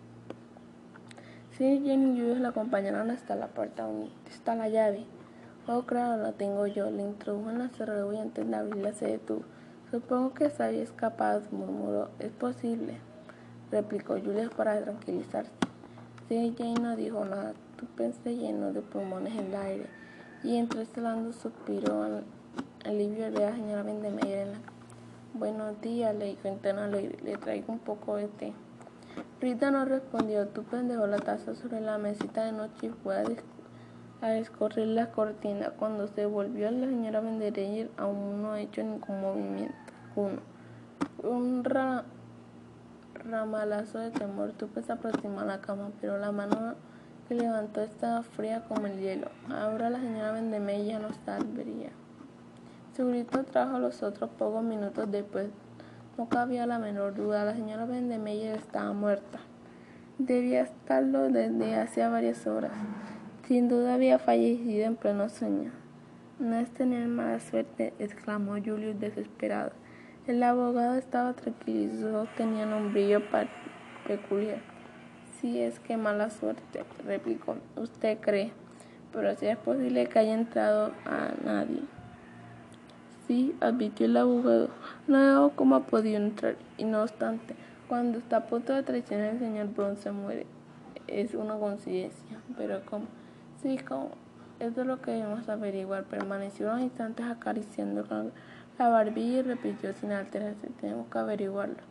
Sí, Jane y Julius la acompañaron hasta la puerta. ¿Dónde está la llave? Oh, claro, la tengo yo. Le introdujo en la cerradura y antes de abrirla se detuvo. Supongo que se había escapado, murmuró. Es posible, replicó Julius para tranquilizarse. Sí, Jane no dijo nada. Tuppen se llenó de pulmones en el aire y entre exhalando suspiró al alivio de la señora Vandermeyer en la cama. Buenos días, le dijo en tono alegre. Le traigo un poco de té. Rita no respondió. Tuppen dejó la taza sobre la mesita de noche y fue a, a descorrer la cortina. Cuando se volvió, la señora Vandermeyer aún no ha hecho ningún movimiento alguno. Un ra ramalazo de temor. Tuppen se aproximó a la cama, pero la mano que levantó estaba fría como el hielo. Ahora la señora Vandermeyer ya no salvaría. Su grito trajo a los otros pocos minutos después. No cabía la menor duda, la señora Vandermeyer estaba muerta. Debía estarlo desde hacía varias horas. Sin duda había fallecido en pleno sueño. No es tener mala suerte, exclamó Julius desesperado. El abogado estaba tranquilo y sus ojos tenían un brillo peculiar. Sí, es que mala suerte, replicó. Usted cree, pero si es posible que haya entrado a nadie. Sí, advirtió el abogado. No veo cómo ha podido entrar. Y no obstante, cuando está a punto de traicionar, el señor Brun se muere. Es una coincidencia. Pero ¿cómo? Sí, ¿cómo? Eso es lo que debemos averiguar. Permaneció unos instantes acariciando la barbilla y repitió sin alterarse. Tenemos que averiguarlo.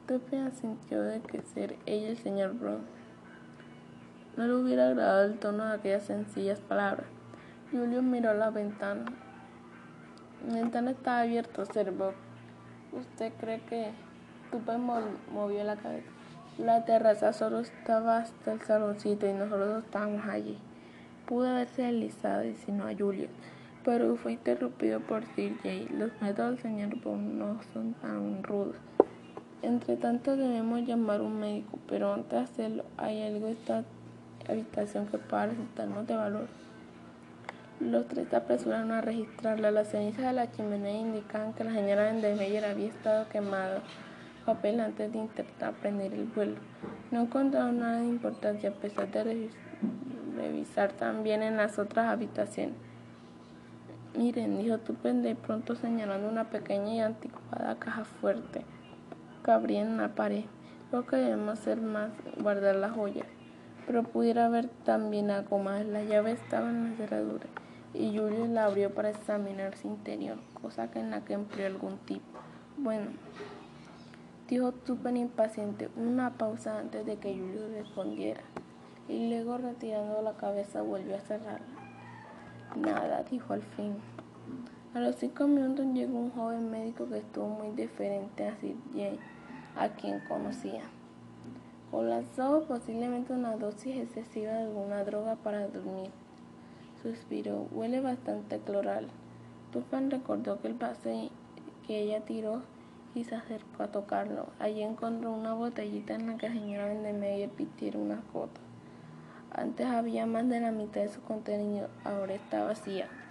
Tuppen asintió de que ser ella el señor Brown no le hubiera agradado el tono de aquellas sencillas palabras. Julius miró a la ventana. La ventana estaba abierta, observó. ¿Usted cree que...? Tuppen movió la cabeza. La terraza solo estaba hasta el saloncito y nosotros estábamos allí. Pudo haberse deslizado y si no a Julius, pero fue interrumpido por Sir Jay. Los métodos del señor Brown no son tan rudos. Entre tanto debemos llamar a un médico, pero antes de hacerlo hay algo en esta habitación que pueda resultarnos de valor. Los tres se apresuraron a registrarla. Las cenizas de la chimenea indicaban que la señora Vandermeyer había estado quemado papel antes de intentar prender el vuelo. No encontraron nada de importancia a pesar de revis revisar también en las otras habitaciones. Miren, dijo Tuppen de pronto señalando una pequeña y anticuada caja fuerte que abría en la pared. Creo que debemos hacer más guardar las joyas, pero pudiera haber también algo más. La llave estaba en la cerradura y Julius la abrió para examinar su interior, cosa que en la que empleó algún tipo. Bueno, dijo Tuppen impaciente, una pausa antes de que Julius respondiera, y luego retirando la cabeza volvió a cerrarla. Nada, dijo al fin. A los cinco minutos llegó un joven médico que estuvo muy diferente a Sir Jay, a quien conocía. Colapsó, posiblemente una dosis excesiva de alguna droga para dormir. Suspiró. Huele bastante cloral. Tuppen recordó que el vaso que ella tiró y se acercó a tocarlo. Allí encontró una botellita en la que la señora Vandermeyer pitiera unas gotas. Antes había más de la mitad de su contenido, ahora está vacía.